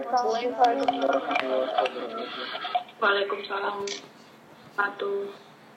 Waalaikumsalam. Patuh.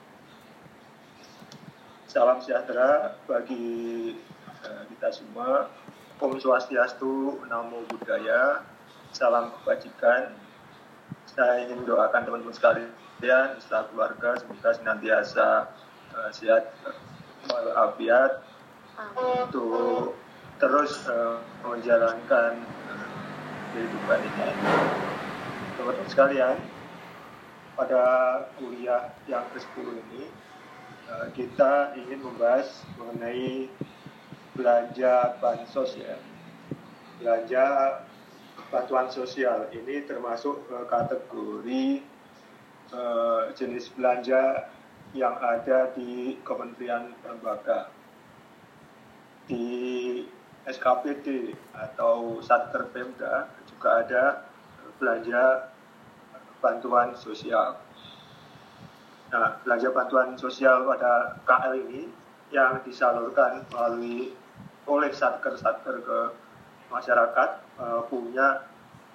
Salam sejahtera bagi kita semua. Om Swastiastu, Namo Buddhaya, salam kebajikan. Saya ingin mendoakan teman-teman sekalian, setelah keluarga, semoga senantiasa sehat walafiat untuk terus menjalankan kehidupan ini. Teman-teman sekalian, pada kuliah yang ke-10 ini kita ingin membahas mengenai belanja bansos ya. Belanja bantuan sosial ini termasuk kategori jenis belanja yang ada di kementerian lembaga. Di SKPD atau Satker Pemda juga ada belanja bantuan sosial. Nah, belanja bantuan sosial pada KL ini yang disalurkan oleh satker-satker ke masyarakat punya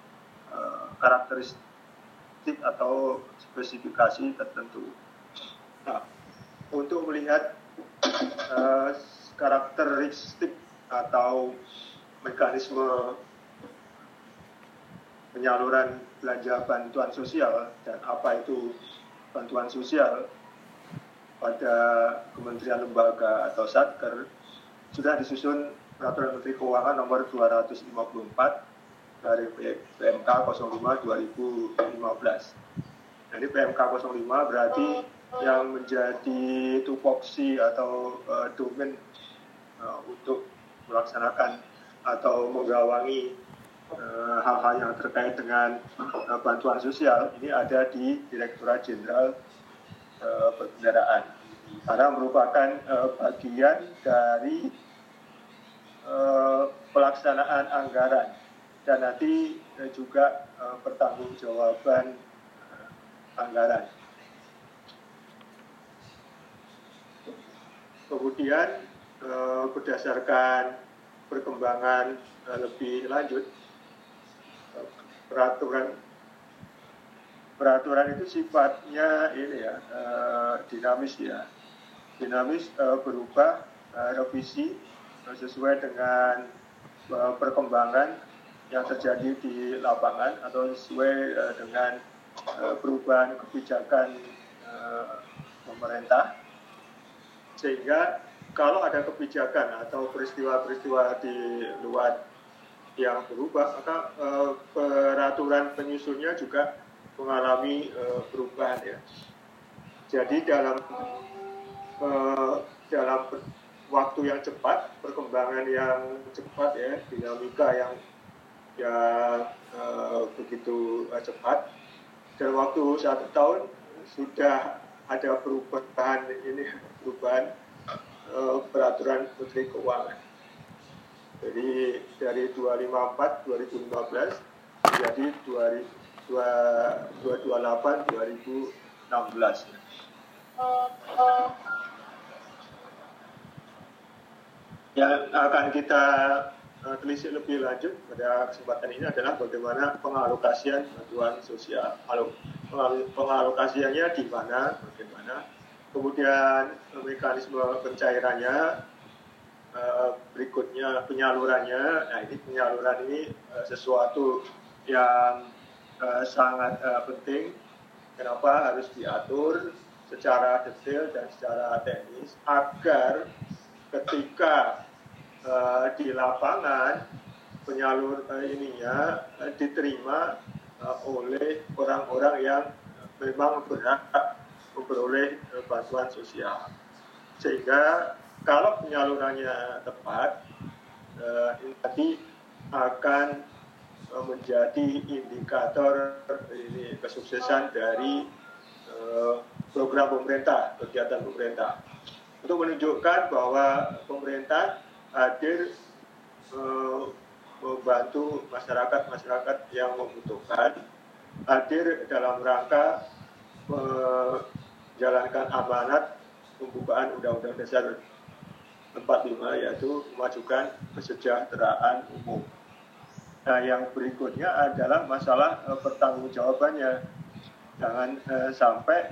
karakteristik atau spesifikasi tertentu. Nah, untuk melihat karakteristik atau mekanisme penyaluran belanja bantuan sosial dan apa itu bantuan sosial pada kementerian lembaga atau satker sudah disusun Peraturan Menteri Keuangan nomor 254 dari PMK 05 2015. Jadi PMK 05 berarti yang menjadi tupoksi atau domain untuk melaksanakan atau menggawangi hal-hal yang terkait dengan bantuan sosial ini ada di Direktorat Jenderal Perbendaharaan, karena merupakan bagian dari pelaksanaan anggaran dan nanti juga pertanggungjawaban anggaran. Kemudian berdasarkan perkembangan lebih lanjut, peraturan itu sifatnya ini ya, dinamis ya, berubah, revisi sesuai dengan perkembangan yang terjadi di lapangan atau sesuai dengan perubahan kebijakan pemerintah, sehingga kalau ada kebijakan atau peristiwa-peristiwa di luar yang berubah, maka peraturan penyusunnya juga mengalami perubahan ya. Jadi dalam waktu yang cepat, perkembangan yang cepat ya, dinamika yang begitu cepat, dalam waktu 1 tahun sudah ada perubahan peraturan Menteri Keuangan. Jadi dari 254 2015 menjadi 228 2016. Yang akan kita telisik lebih lanjut pada kesempatan ini adalah bagaimana pengalokasian bantuan sosial. Pengalokasiannya di mana, bagaimana, kemudian mekanisme pencairannya, berikutnya penyalurannya. Nah, ini penyaluran ini sesuatu yang sangat penting. Kenapa harus diatur secara detail dan secara teknis agar ketika di lapangan penyalur ininya diterima oleh orang-orang yang memang berhak memperoleh bantuan sosial. Sehingga kalau penyalurannya tepat, ini tadi akan menjadi indikator ini kesuksesan dari program pemerintah, kegiatan pemerintah, untuk menunjukkan bahwa pemerintah hadir membantu masyarakat yang membutuhkan, hadir dalam rangka menjalankan amanat pembukaan Undang-Undang Dasar 45, yaitu memajukan kesejahteraan umum. Nah, yang berikutnya adalah masalah pertanggungjawabannya. Jangan sampai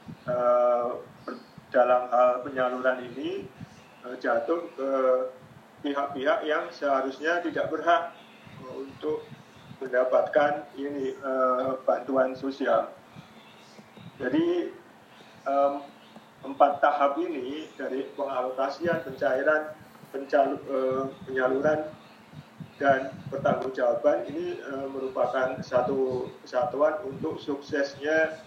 dalam hal penyaluran ini jatuh ke pihak-pihak yang seharusnya tidak berhak untuk mendapatkan ini bantuan sosial. Jadi 4 tahap ini dari pengalokasian, pencairan, penyaluran dan pertanggungjawaban ini merupakan satu kesatuan untuk suksesnya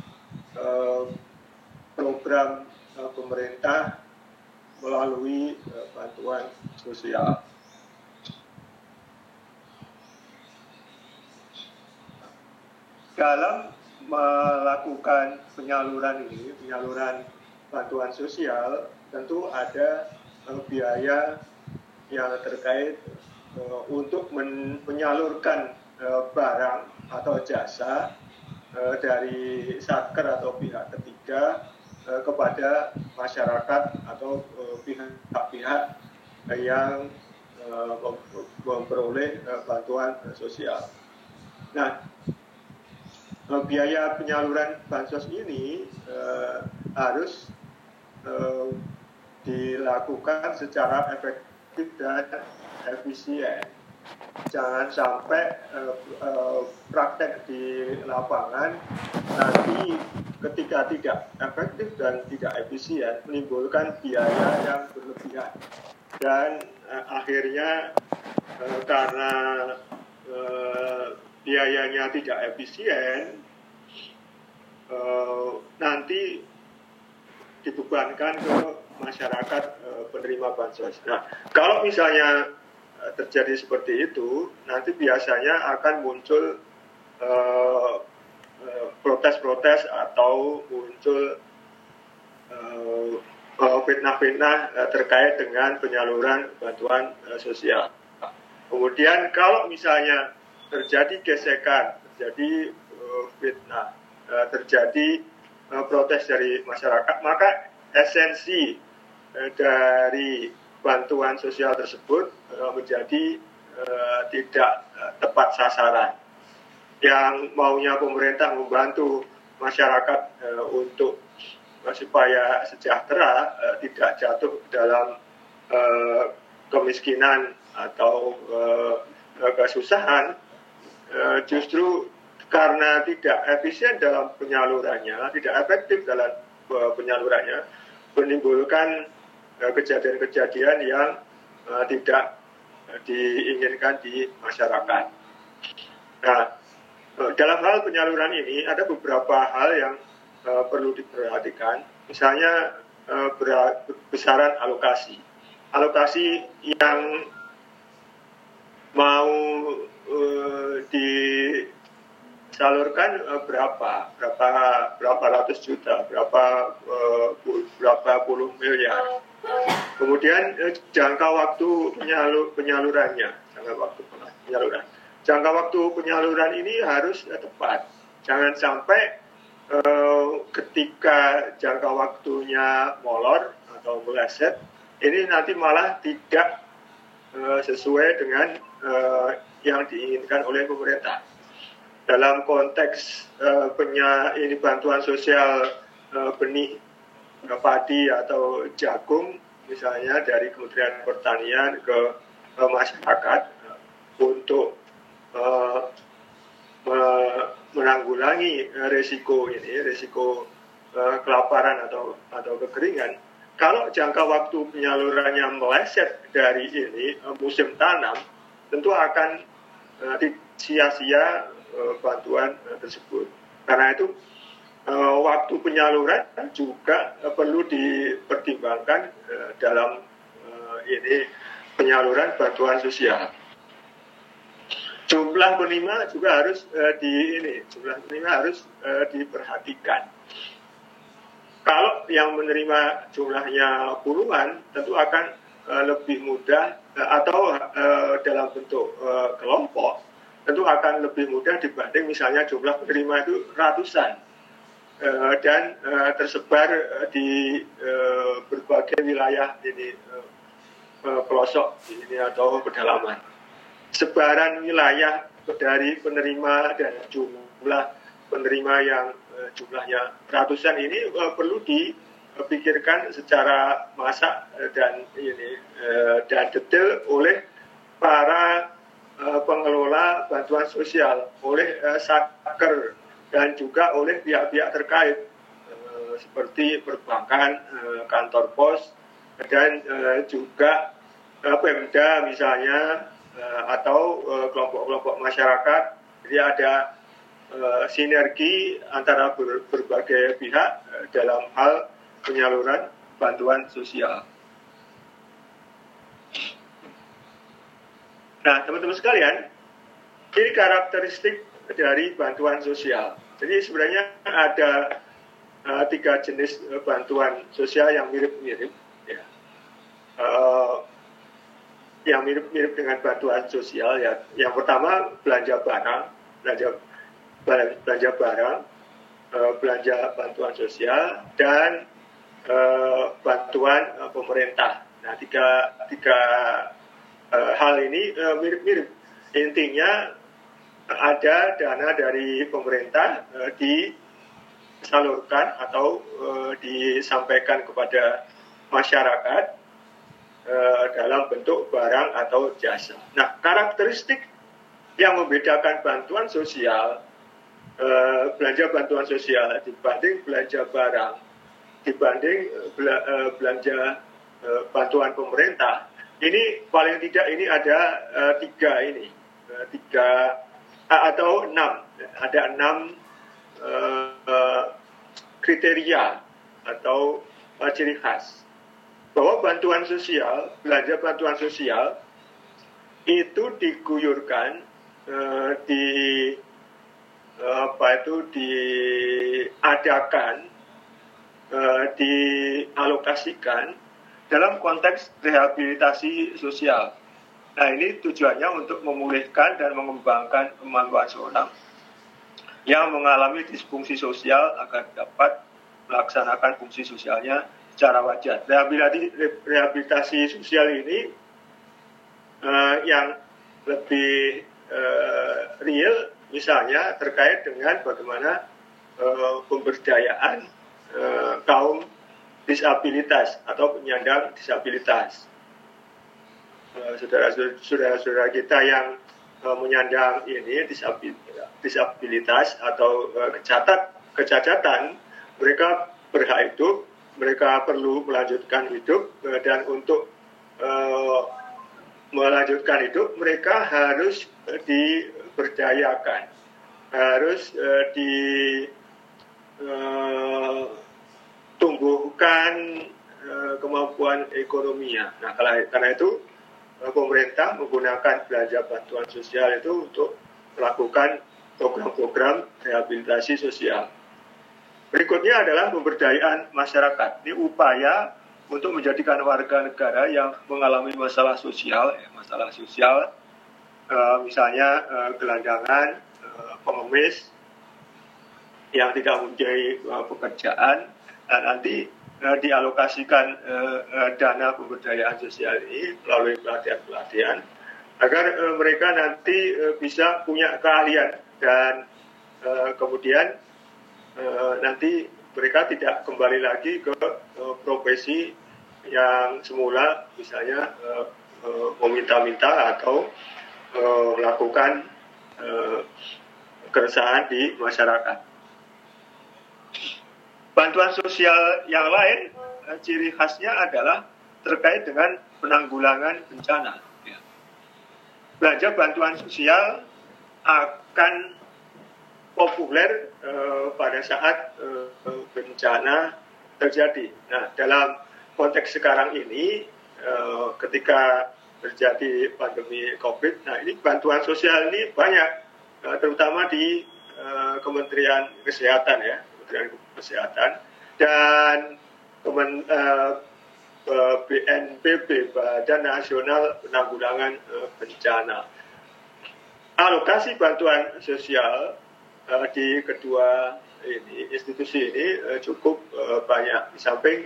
program pemerintah melalui bantuan sosial. Dalam melakukan penyaluran ini, penyaluran bantuan sosial, tentu ada biaya yang terkait untuk menyalurkan barang atau jasa dari satker atau pihak ketiga kepada masyarakat atau pihak-pihak yang memperoleh bantuan sosial. Nah, biaya penyaluran bansos ini harus dilakukan secara efektif dan efisien. Jangan sampai praktek di lapangan nanti ketika tidak efektif dan tidak efisien menimbulkan biaya yang berlebihan dan akhirnya karena biayanya tidak efisien nanti dibebankan ke masyarakat penerima bansos. Nah, kalau misalnya terjadi seperti itu, nanti biasanya akan muncul protes-protes atau muncul fitnah-fitnah terkait dengan penyaluran bantuan sosial. Kemudian kalau misalnya terjadi gesekan, terjadi fitnah, terjadi protes dari masyarakat, maka esensi dari bantuan sosial tersebut menjadi tidak tepat sasaran. Yang maunya pemerintah membantu masyarakat untuk supaya sejahtera, tidak jatuh dalam kemiskinan atau kesusahan, justru karena tidak efisien dalam penyalurannya, tidak efektif dalam penyalurannya, menimbulkan kejadian-kejadian yang tidak diinginkan di masyarakat. Nah, dalam hal penyaluran ini ada beberapa hal yang perlu diperhatikan. Misalnya besaran alokasi. Alokasi yang mau disalurkan berapa ratus juta, berapa puluh miliar. Kemudian jangka waktu penyalurannya, jangka waktu penyaluran ini harus tepat. Jangan sampai ketika jangka waktunya molor atau meleset, ini nanti malah tidak sesuai dengan yang diinginkan oleh pemerintah. Dalam konteks bantuan sosial benih padi atau jagung, misalnya dari Kementerian Pertanian ke masyarakat untuk menanggulangi risiko kelaparan atau kekeringan. Kalau jangka waktu penyalurannya meleset dari ini musim tanam, tentu akan sia-sia bantuan tersebut. Karena itu waktu penyaluran juga perlu dipertimbangkan dalam penyaluran bantuan sosial. Jumlah penerima juga harus diperhatikan. Kalau yang menerima jumlahnya puluhan, tentu akan lebih mudah atau dalam bentuk kelompok, tentu akan lebih mudah dibanding misalnya jumlah penerima itu ratusan dan tersebar di berbagai wilayah pelosok ini atau pedalaman. Sebaran wilayah dari penerima dan jumlah penerima yang jumlahnya ratusan ini perlu dipikirkan secara masak dan detail oleh para pengelola bantuan sosial, oleh satker dan juga oleh pihak-pihak terkait seperti perbankan, kantor pos dan juga Pemda misalnya atau kelompok-kelompok masyarakat. Jadi ada sinergi antara berbagai pihak dalam hal penyaluran bantuan sosial. Nah, teman-teman sekalian, ini karakteristik dari bantuan sosial. Jadi sebenarnya ada 3 jenis bantuan sosial yang mirip-mirip. Ya. Yang mirip-mirip dengan bantuan sosial ya. Yang pertama belanja barang, belanja bantuan sosial dan bantuan pemerintah. Nah, tiga hal ini mirip-mirip. Intinya ada dana dari pemerintah disalurkan atau disampaikan kepada masyarakat dalam bentuk barang atau jasa. Nah, karakteristik yang membedakan bantuan sosial, belanja bantuan sosial dibanding belanja barang, dibanding belanja bantuan pemerintah, ini paling tidak ini ada atau 6, ada 6 kriteria atau ciri khas bahwa bantuan sosial, belanja bantuan sosial itu diguyurkan, diadakan, dialokasikan dalam konteks rehabilitasi sosial. Nah, ini tujuannya untuk memulihkan dan mengembangkan kemampuan seorang yang mengalami disfungsi sosial agar dapat melaksanakan fungsi sosialnya secara wajar. Rehabilitasi sosial ini yang lebih real, misalnya terkait dengan bagaimana pemberdayaan kaum disabilitas atau penyandang disabilitas. Saudara-saudara kita yang menyandang ini disabilitas atau kecacatan, mereka berhak hidup, mereka perlu melanjutkan hidup, dan untuk melanjutkan hidup mereka harus diberdayakan, harus ditumbuhkan kemampuan ekonominya. Nah, karena itu pemerintah menggunakan belanja bantuan sosial itu untuk melakukan program-program rehabilitasi sosial. Berikutnya adalah pemberdayaan masyarakat. Ini upaya untuk menjadikan warga negara yang mengalami masalah sosial, misalnya gelandangan, pengemis yang tidak mempunyai pekerjaan, nanti dialokasikan dana pemberdayaan sosial ini melalui pelatihan-pelatihan agar mereka nanti bisa punya keahlian dan kemudian nanti mereka tidak kembali lagi ke profesi yang semula, misalnya meminta-minta atau melakukan keresahan di masyarakat. Bantuan sosial yang lain, ciri khasnya adalah terkait dengan penanggulangan bencana. Belanja bantuan sosial akan populer pada saat bencana terjadi. Nah, dalam konteks sekarang ini, ketika terjadi pandemi COVID, nah ini bantuan sosial ini banyak, terutama di Kementerian Kesehatan ya, Kementerian Kesehatan dan BNPB, Badan Nasional Penanggulangan Bencana. Alokasi bantuan sosial di kedua institusi ini cukup banyak, di samping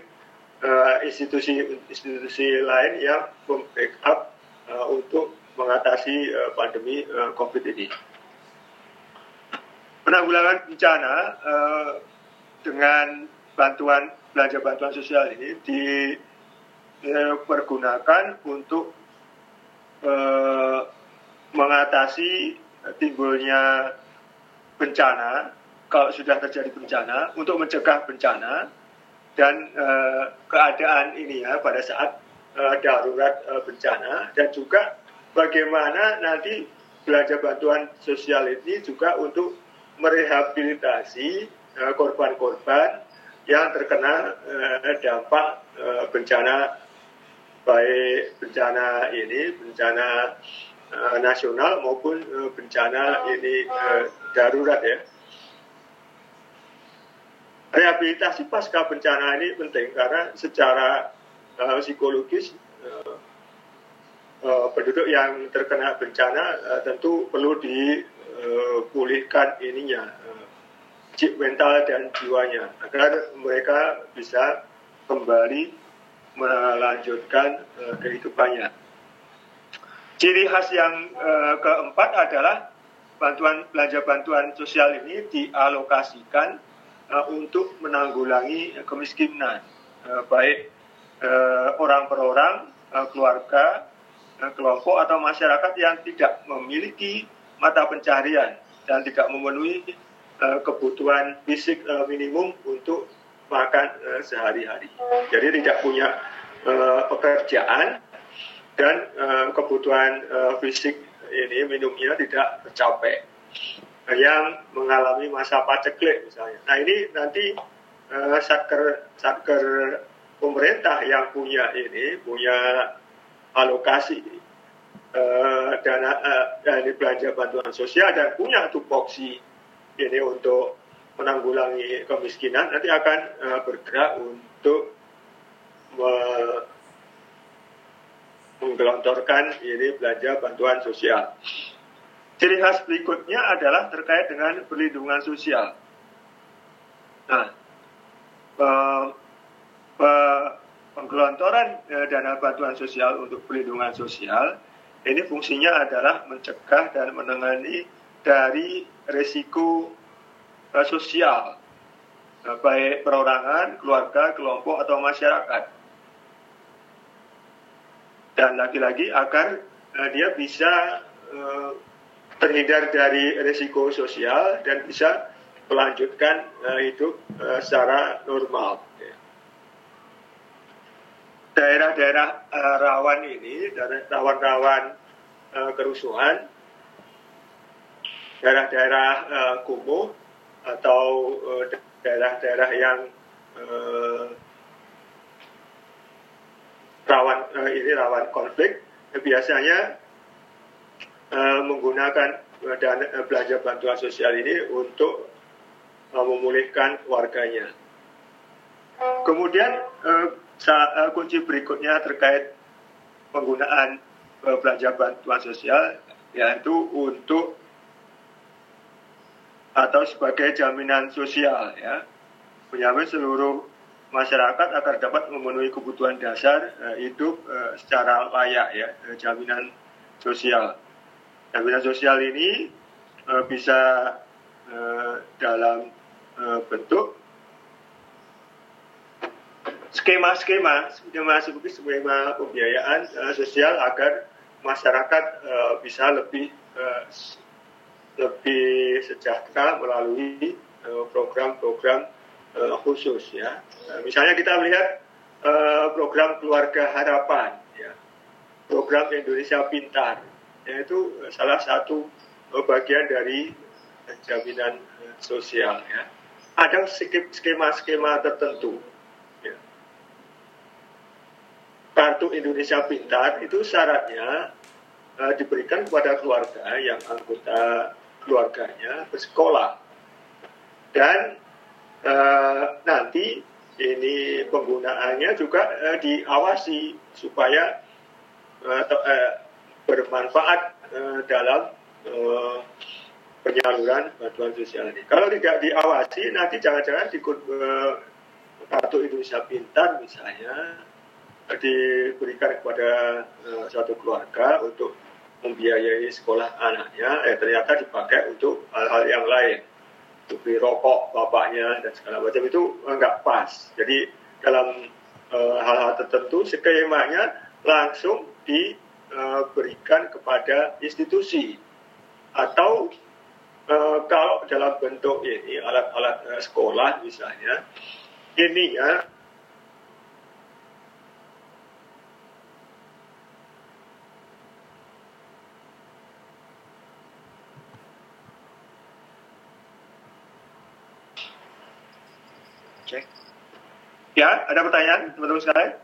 institusi lain yang membackup untuk mengatasi pandemi COVID ini. penanggulangan bencana dengan belanja bantuan sosial ini dipergunakan untuk mengatasi timbulnya bencana, kalau sudah terjadi bencana, untuk mencegah bencana dan keadaan ini ya pada saat darurat bencana, dan juga bagaimana nanti belanja bantuan sosial ini juga untuk merehabilitasi korban-korban yang terkena dampak bencana, baik bencana nasional maupun bencana ini darurat ya. Rehabilitasi pasca bencana ini penting karena secara psikologis penduduk yang terkena bencana tentu perlu dipulihkan mental dan jiwanya agar mereka bisa kembali melanjutkan kehidupannya. Ciri khas yang keempat adalah belanja bantuan sosial ini dialokasikan untuk menanggulangi kemiskinan, baik orang per orang, keluarga, kelompok atau masyarakat yang tidak memiliki mata pencaharian dan tidak memenuhi kebutuhan fisik minimum untuk makan sehari-hari. Jadi tidak punya pekerjaan dan kebutuhan fisik ini minumnya tidak tercapai, yang mengalami masa paceklik misalnya. Nah ini nanti satker pemerintah yang punya alokasi dana ini belanja bantuan sosial dan punya tupoksi ini untuk menanggulangi kemiskinan, nanti akan bergerak untuk menggelontorkan ini belanja bantuan sosial. Ciri khas berikutnya adalah terkait dengan perlindungan sosial. Nah, penggelontoran dana bantuan sosial untuk perlindungan sosial ini fungsinya adalah mencegah dan menangani dari risiko sosial, baik perorangan, keluarga, kelompok atau masyarakat. Dan lagi-lagi agar dia bisa terhindar dari risiko sosial dan bisa melanjutkan hidup secara normal. Daerah-daerah rawan ini, rawan-rawan kerusuhan, daerah-daerah kumuh atau daerah-daerah yang rawan konflik, biasanya menggunakan dana belanja bantuan sosial ini untuk memulihkan warganya. Kemudian kunci berikutnya terkait penggunaan belanja bantuan sosial, yaitu untuk atau sebagai jaminan sosial, ya, menjamin seluruh masyarakat agar dapat memenuhi kebutuhan dasar hidup secara layak, ya, jaminan sosial. Jaminan sosial ini bisa dalam bentuk skema pembiayaan sosial agar masyarakat bisa lebih sejahtera melalui program-program khusus, ya. Misalnya kita melihat program Keluarga Harapan, ya, program Indonesia Pintar, yaitu salah satu bagian dari jaminan sosial, ya. Ada skema-skema tertentu, ya. Kartu Indonesia Pintar itu syaratnya diberikan kepada keluarga yang anggota keluarganya bersekolah, dan nanti ini penggunaannya juga diawasi supaya bermanfaat dalam penyaluran bantuan sosial ini. Kalau tidak diawasi, nanti jangan-jangan kartu Indonesia Pintar misalnya diberikan kepada suatu keluarga untuk membiayai sekolah anaknya, ternyata dipakai untuk hal-hal yang lain. beli rokok bapaknya dan segala macam itu nggak pas. Jadi dalam hal-hal tertentu skemanya langsung diberikan kepada institusi, atau kalau dalam bentuk ini alat-alat sekolah misalnya, ini ya cek. Ya, ada pertanyaan teman-teman sekalian?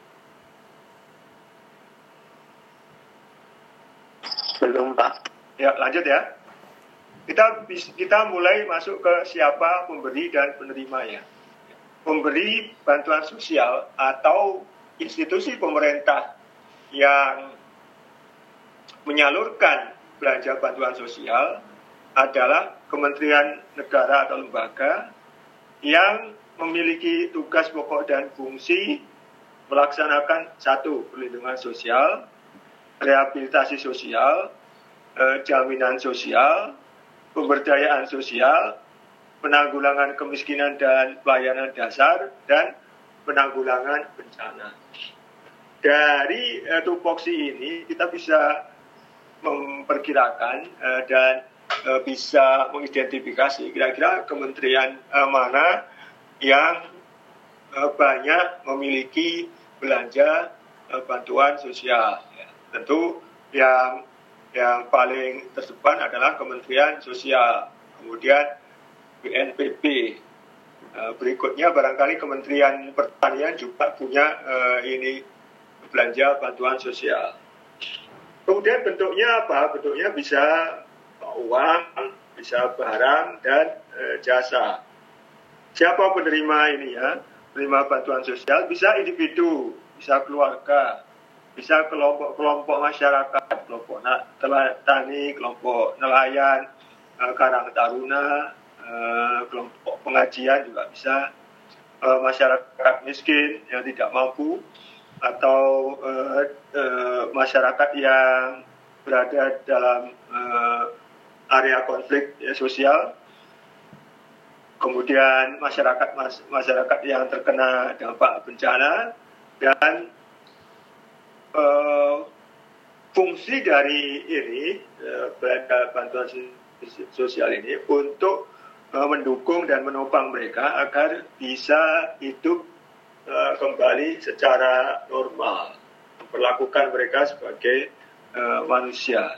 Belum, Pak. Ya, lanjut ya. Kita mulai masuk ke siapa pemberi dan penerimanya. Pemberi bantuan sosial atau institusi pemerintah yang menyalurkan belanja bantuan sosial adalah kementerian negara atau lembaga yang memiliki tugas pokok dan fungsi melaksanakan 1. Perlindungan sosial, rehabilitasi sosial, jaminan sosial, pemberdayaan sosial, penanggulangan kemiskinan dan pelayanan dasar, dan penanggulangan bencana. Dari tupoksi ini kita bisa memperkirakan dan bisa mengidentifikasi kira-kira kementerian mana yang banyak memiliki belanja bantuan sosial. Ya, tentu yang paling terdepan adalah Kementerian Sosial, kemudian BNPB. Berikutnya barangkali Kementerian Pertanian juga punya ini belanja bantuan sosial. Kemudian bentuknya apa? Bentuknya bisa uang, bisa barang, dan jasa. Siapa penerima ini ya? Penerima bantuan sosial bisa individu, bisa keluarga, bisa kelompok-kelompok masyarakat, kelompok tani, kelompok nelayan, karang taruna, kelompok pengajian juga bisa, masyarakat miskin yang tidak mampu, atau masyarakat yang berada dalam area konflik sosial. Kemudian masyarakat yang terkena dampak bencana, dan fungsi dari ini bantuan sosial ini untuk mendukung dan menopang mereka agar bisa hidup kembali secara normal, memperlakukan mereka sebagai manusia.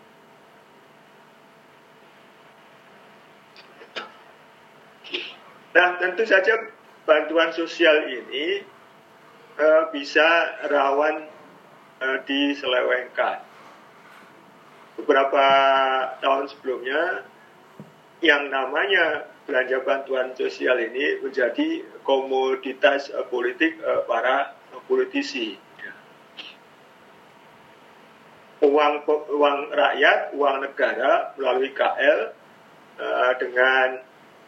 Nah, tentu saja bantuan sosial ini bisa rawan diselewengkan. Beberapa tahun sebelumnya, yang namanya belanja bantuan sosial ini menjadi komoditas politik para politisi. Uang rakyat, uang negara melalui KL dengan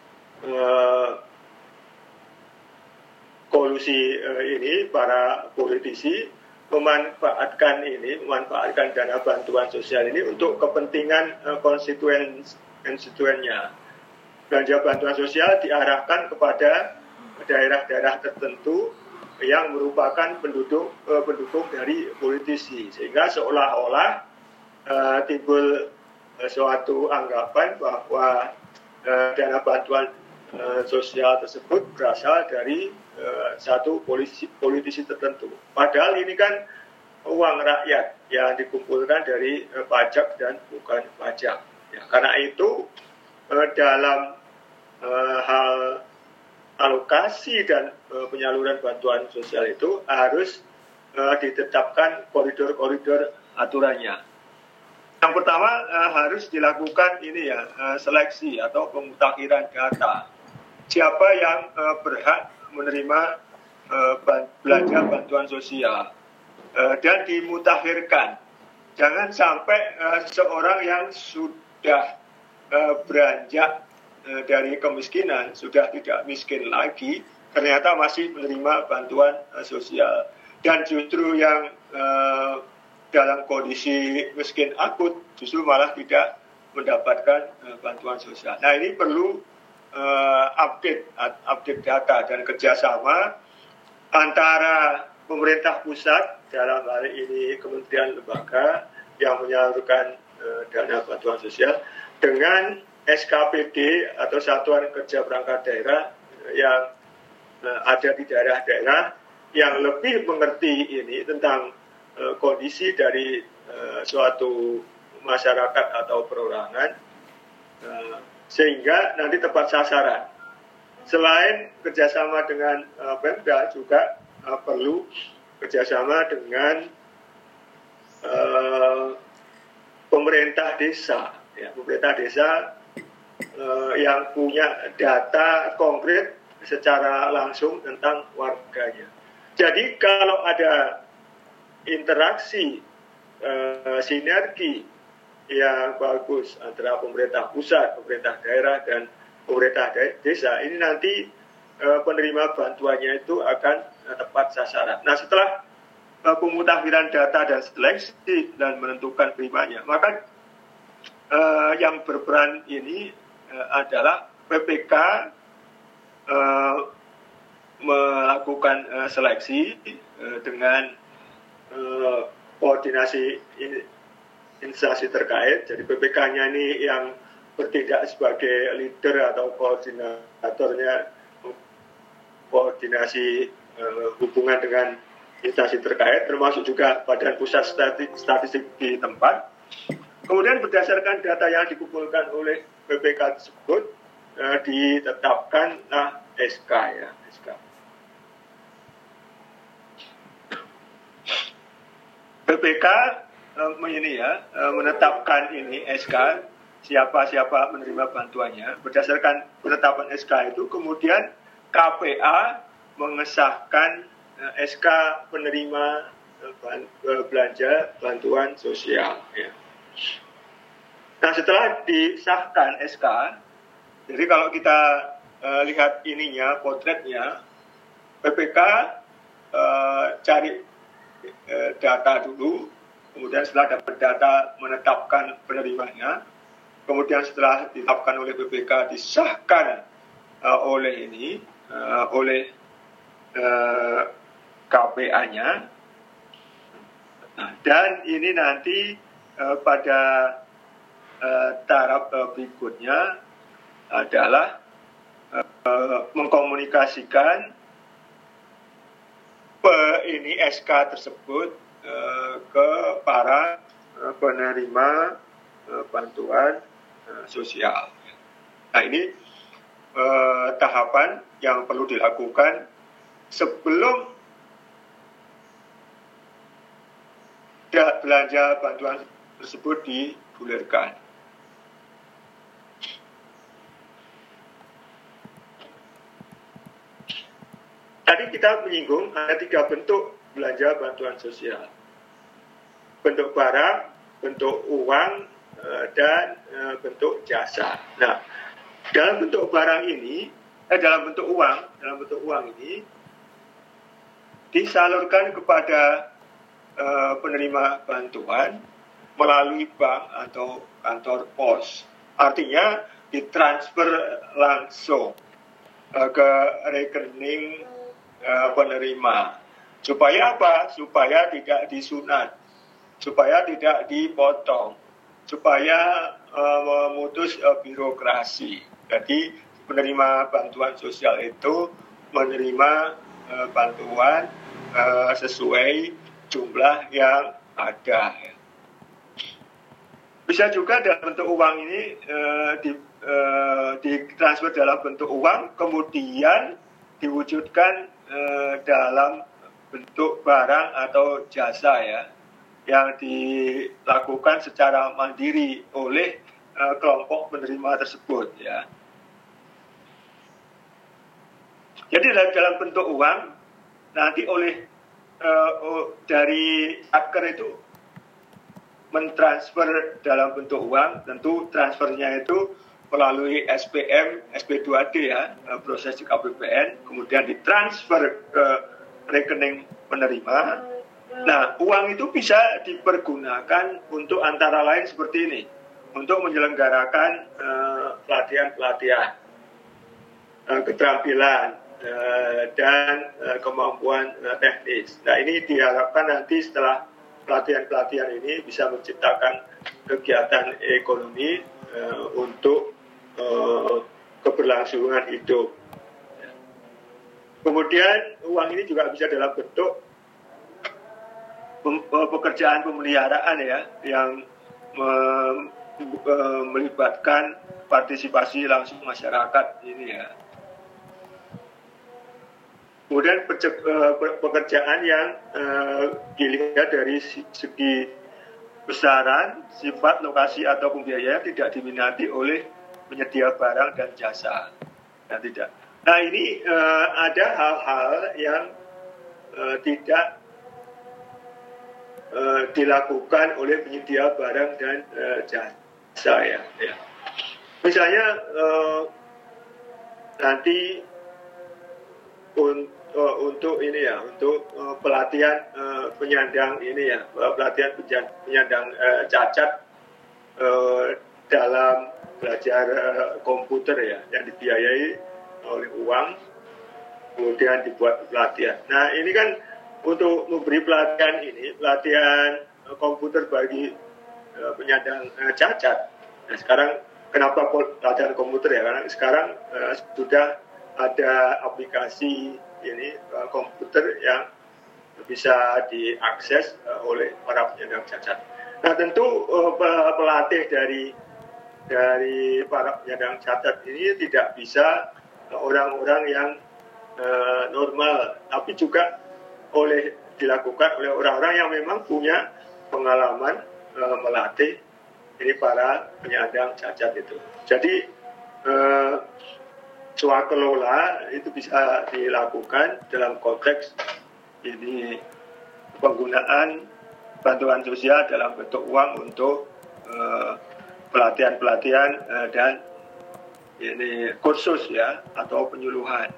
kolusi ini para politisi memanfaatkan dana bantuan sosial ini untuk kepentingan konstituennya. Belanja bantuan sosial diarahkan kepada daerah-daerah tertentu yang merupakan pendukung dari politisi, sehingga seolah-olah timbul suatu anggapan bahwa dana bantuan sosial tersebut berasal dari satu politisi tertentu. Padahal ini kan uang rakyat yang dikumpulkan dari pajak dan bukan pajak. Ya, karena itu dalam hal alokasi dan penyaluran bantuan sosial itu harus ditetapkan koridor-koridor aturannya. Yang pertama harus dilakukan ini ya, seleksi atau pemutakhiran data. Siapa yang berhak menerima belanja bantuan sosial dan dimutakhirkan. Jangan sampai seorang yang sudah beranjak dari kemiskinan, sudah tidak miskin lagi, ternyata masih menerima bantuan sosial. Dan justru yang dalam kondisi miskin akut justru malah tidak mendapatkan bantuan sosial. Nah, ini perlu update data dan kerjasama antara pemerintah pusat dalam hal ini kementerian lembaga yang menyalurkan dana bantuan sosial dengan SKPD atau Satuan Kerja Perangkat Daerah yang ada di daerah-daerah yang lebih mengerti ini tentang kondisi dari suatu masyarakat atau perorangan sehingga nanti tepat sasaran. Selain kerjasama dengan Pemda juga perlu kerjasama dengan pemerintah desa, ya, pemerintah desa yang punya data konkret secara langsung tentang warganya. Jadi kalau ada interaksi sinergi yang bagus antara pemerintah pusat, pemerintah daerah dan pemerintah desa, ini nanti penerima bantuannya itu akan tepat sasaran. Nah, setelah pemutakhiran data dan seleksi dan menentukan penerimanya, maka yang berperan ini adalah PPK melakukan seleksi dengan koordinasi instansi terkait. Jadi PPK-nya ini yang bertindak sebagai leader atau koordinatornya, koordinasi hubungan dengan instansi terkait, termasuk juga Badan Pusat Statistik di tempat. Kemudian berdasarkan data yang dikumpulkan oleh PPK tersebut ditetapkanlah SK, ya, SK. PPK menetapkan ini SK, siapa menerima bantuannya. Berdasarkan penetapan SK itu, kemudian KPA mengesahkan SK penerima belanja bantuan sosial. Ya. Nah, setelah disahkan SK, jadi kalau kita lihat ininya, potretnya, PPK cari data dulu, kemudian setelah dapat data menetapkan penerimanya, kemudian setelah ditetapkan oleh PPK disahkan oleh KPA-nya, dan ini nanti pada tahap berikutnya adalah mengkomunikasikan ini SK tersebut ke para penerima bantuan sosial. Nah, ini tahapan yang perlu dilakukan sebelum belanja bantuan tersebut digulirkan. Tadi kita menyinggung ada 3 bentuk belanja bantuan sosial. Bentuk barang, bentuk uang, dan bentuk jasa. Nah, dalam bentuk barang ini, dalam bentuk uang ini disalurkan kepada penerima bantuan melalui bank atau kantor pos. Artinya ditransfer langsung ke rekening penerima. Supaya apa? Supaya tidak disunat, supaya tidak dipotong, supaya memutus birokrasi. Jadi penerima bantuan sosial itu menerima bantuan sesuai jumlah yang ada. Bisa juga dalam bentuk uang ini ditransfer dalam bentuk uang, kemudian diwujudkan dalam bentuk barang atau jasa, ya, yang dilakukan secara mandiri oleh kelompok penerima tersebut, ya. Jadi dalam bentuk uang nanti oleh dari Satker itu mentransfer dalam bentuk uang, tentu transfernya itu melalui SPM, SP2D, ya, proses di KPPN, kemudian ditransfer ke rekening penerima. Nah, uang itu bisa dipergunakan untuk antara lain seperti ini, untuk menyelenggarakan pelatihan-pelatihan. keterampilan dan kemampuan teknis. Nah, ini diharapkan nanti setelah pelatihan-pelatihan ini bisa menciptakan kegiatan ekonomi untuk keberlangsungan hidup. Kemudian uang ini juga bisa dalam bentuk pekerjaan pemeliharaan ya, yang melibatkan partisipasi langsung masyarakat ini ya. Kemudian pekerjaan yang dilihat dari segi besaran, sifat, lokasi atau pembiayaan tidak diminati oleh penyedia barang dan jasa. Nah, tidak. Nah, ini ada hal-hal yang tidak dilakukan oleh penyedia barang dan jasa ya. Misalnya nanti untuk ini ya, untuk pelatihan penyandang ini ya, pelatihan penyandang cacat dalam belajar komputer ya, yang dibiayai oleh uang, kemudian dibuat pelatihan. Nah, ini kan untuk memberi pelatihan ini, pelatihan komputer bagi penyandang cacat. Nah, sekarang kenapa pelatihan komputer ya? Karena sekarang sudah ada aplikasi ini komputer yang bisa diakses oleh para penyandang cacat. Nah, tentu pelatih dari para penyandang cacat ini tidak bisa orang-orang yang normal, tapi juga dilakukan oleh orang-orang yang memang punya pengalaman melatih ini para penyandang cacat itu. Jadi swakelola itu bisa dilakukan dalam konteks ini penggunaan bantuan sosial dalam bentuk uang untuk pelatihan-pelatihan dan ini kursus ya, atau penyuluhan.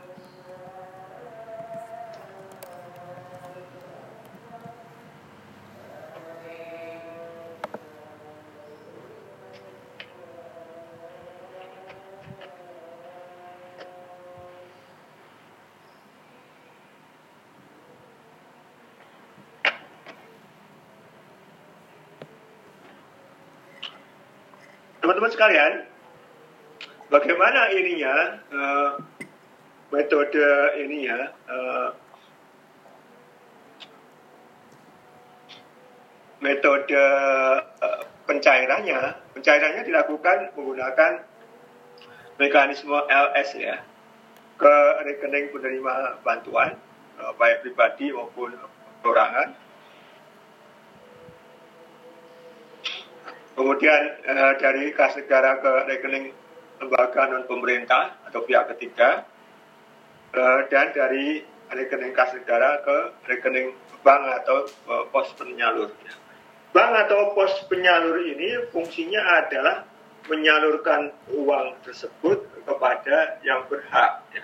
Teman-teman sekalian, bagaimana ininya metode ini ya, metode pencairannya dilakukan menggunakan mekanisme LS ya, ke rekening penerima bantuan baik pribadi maupun perorangan. Kemudian dari kas negara ke rekening lembaga non pemerintah atau pihak ketiga, dan dari rekening kas negara ke rekening bank atau pos penyalur. Bank atau pos penyalur ini fungsinya adalah menyalurkan uang tersebut kepada yang berhak. Ya.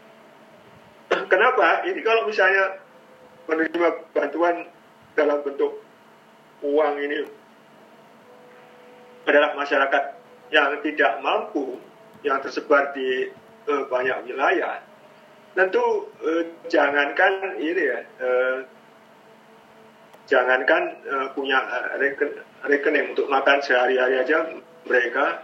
Kenapa? Ini kalau misalnya menerima bantuan dalam bentuk uang ini adalah masyarakat yang tidak mampu, yang tersebar di banyak wilayah, tentu jangankan ini ya, jangankan punya rekening untuk makan sehari-hari aja mereka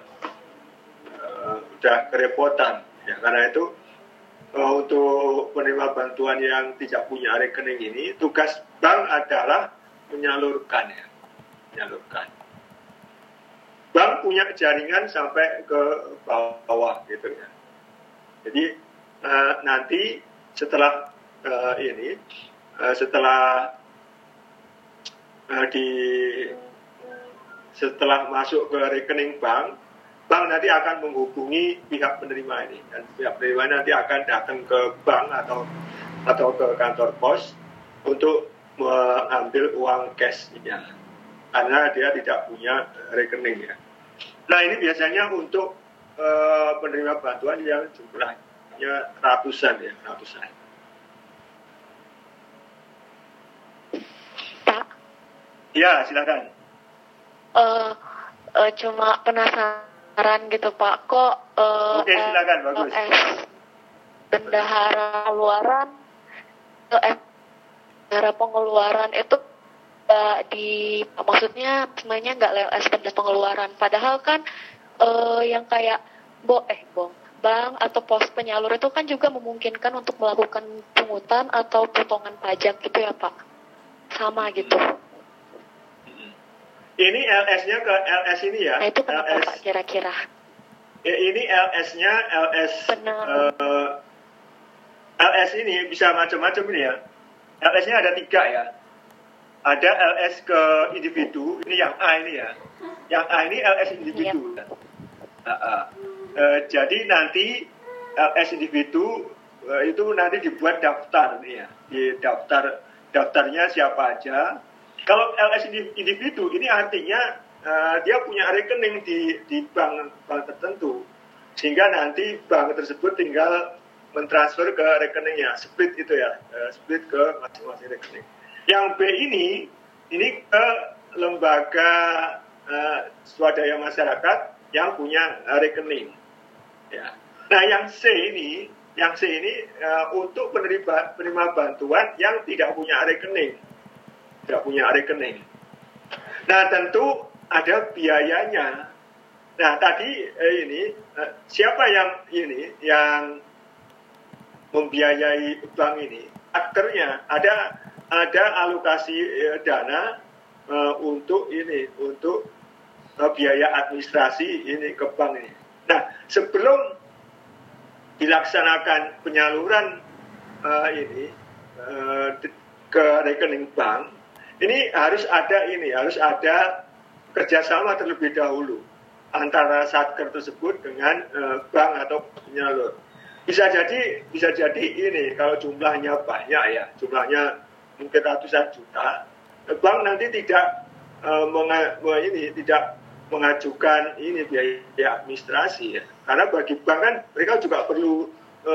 udah kerepotan ya. Karena itu untuk penerima bantuan yang tidak punya rekening ini, tugas bank adalah menyalurkan ya, menyalurkan. Bank punya jaringan sampai ke bawah gitu ya. Jadi nanti setelah setelah masuk ke rekening bank nanti akan menghubungi pihak penerima ini, dan pihak penerima nanti akan datang ke bank atau ke kantor pos untuk mengambil uang cashnya, karena dia tidak punya rekening ya. Nah, ini biasanya untuk penerima bantuan yang jumlahnya ratusan ya, ratusan. Pak? Ya, silakan. Cuma penasaran gitu Pak, kok Oke, silakan, bagus. bendahara pengeluaran bendahara pengeluaran itu maksudnya semuanya nggak lewat bendahara pengeluaran, padahal kan yang kayak bank atau pos penyalur itu kan juga memungkinkan untuk melakukan pungutan atau potongan pajak gitu ya Pak, sama gitu. Ini LS-nya ke LS ini ya. Nah itu kenapa LS, Pak kira-kira? Ini LS-nya LS ini bisa macam-macam ini ya. LS-nya ada 3 ya. Ada LS ke individu, ini yang A ini ya. Yang A ini LS individu. Ya. Jadi nanti LS individu itu nanti dibuat daftar nih ya. Di daftarnya siapa aja. Kalau LS individu ini artinya dia punya rekening di bank tertentu, sehingga nanti bank tersebut tinggal mentransfer ke rekeningnya, split itu ya, split ke masing-masing rekening. Yang B ini ke lembaga swadaya masyarakat yang punya rekening. Ya. Nah yang C ini untuk penerima bantuan yang tidak punya rekening. Nah tentu ada biayanya. Nah tadi siapa yang membiayai bank ini? Aktornya ada alokasi dana untuk biaya administrasi ini ke bank ini. Nah sebelum dilaksanakan penyaluran ke rekening bank, ini harus ada kerjasama terlebih dahulu antara satker tersebut dengan bank atau penyalur. Bisa jadi ini kalau jumlahnya banyak ya, jumlahnya mungkin ratusan juta, bank nanti tidak mengajukan ini biaya administrasi ya. Karena bagi bank kan mereka juga perlu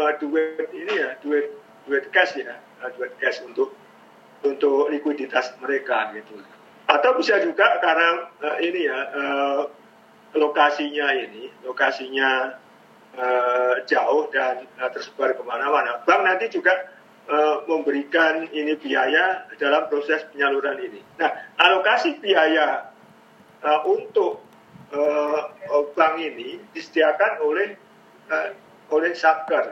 duit cash ya, duit cash untuk likuiditas mereka gitu. Atau bisa juga karena lokasinya jauh dan tersebar kemana-mana. Bank nanti juga memberikan ini biaya dalam proses penyaluran ini. Nah, alokasi biaya untuk bank ini disediakan oleh satker,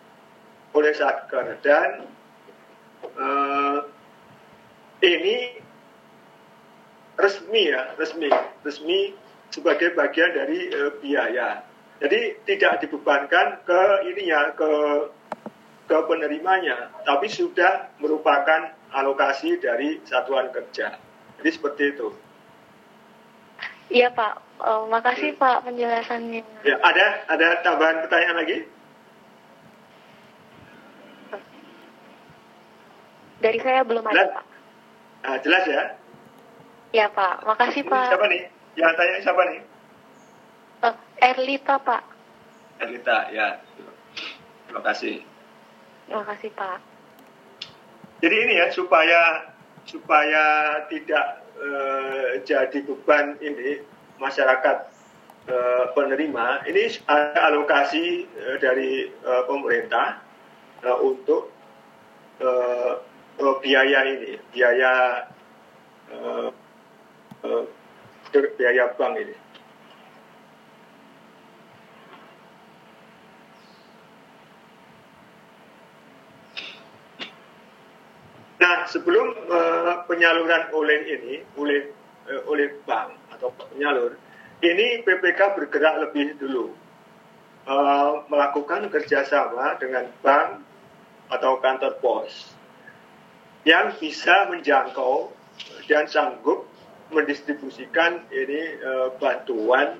dan ini resmi sebagai bagian dari biaya. Jadi tidak dibebankan ke penerimanya, tapi sudah merupakan alokasi dari satuan kerja. Jadi seperti itu. Iya Pak, makasih Pak penjelasannya. Ya, ada tambahan pertanyaan lagi? Dari saya belum ada Pak. Nah, jelas ya? Ya Pak, makasih Pak. Siapa nih? Yang tanya siapa nih? Erlita Pak. Erlita, ya. Terima kasih. Terima kasih Pak. Jadi ini ya supaya tidak jadi beban ini masyarakat penerima, ini ada alokasi dari pemerintah untuk biaya bank ini. Nah, sebelum penyaluran oleh bank atau penyalur, ini PPK bergerak lebih dulu, melakukan kerjasama dengan bank atau kantor pos yang bisa menjangkau dan sanggup mendistribusikan ini bantuan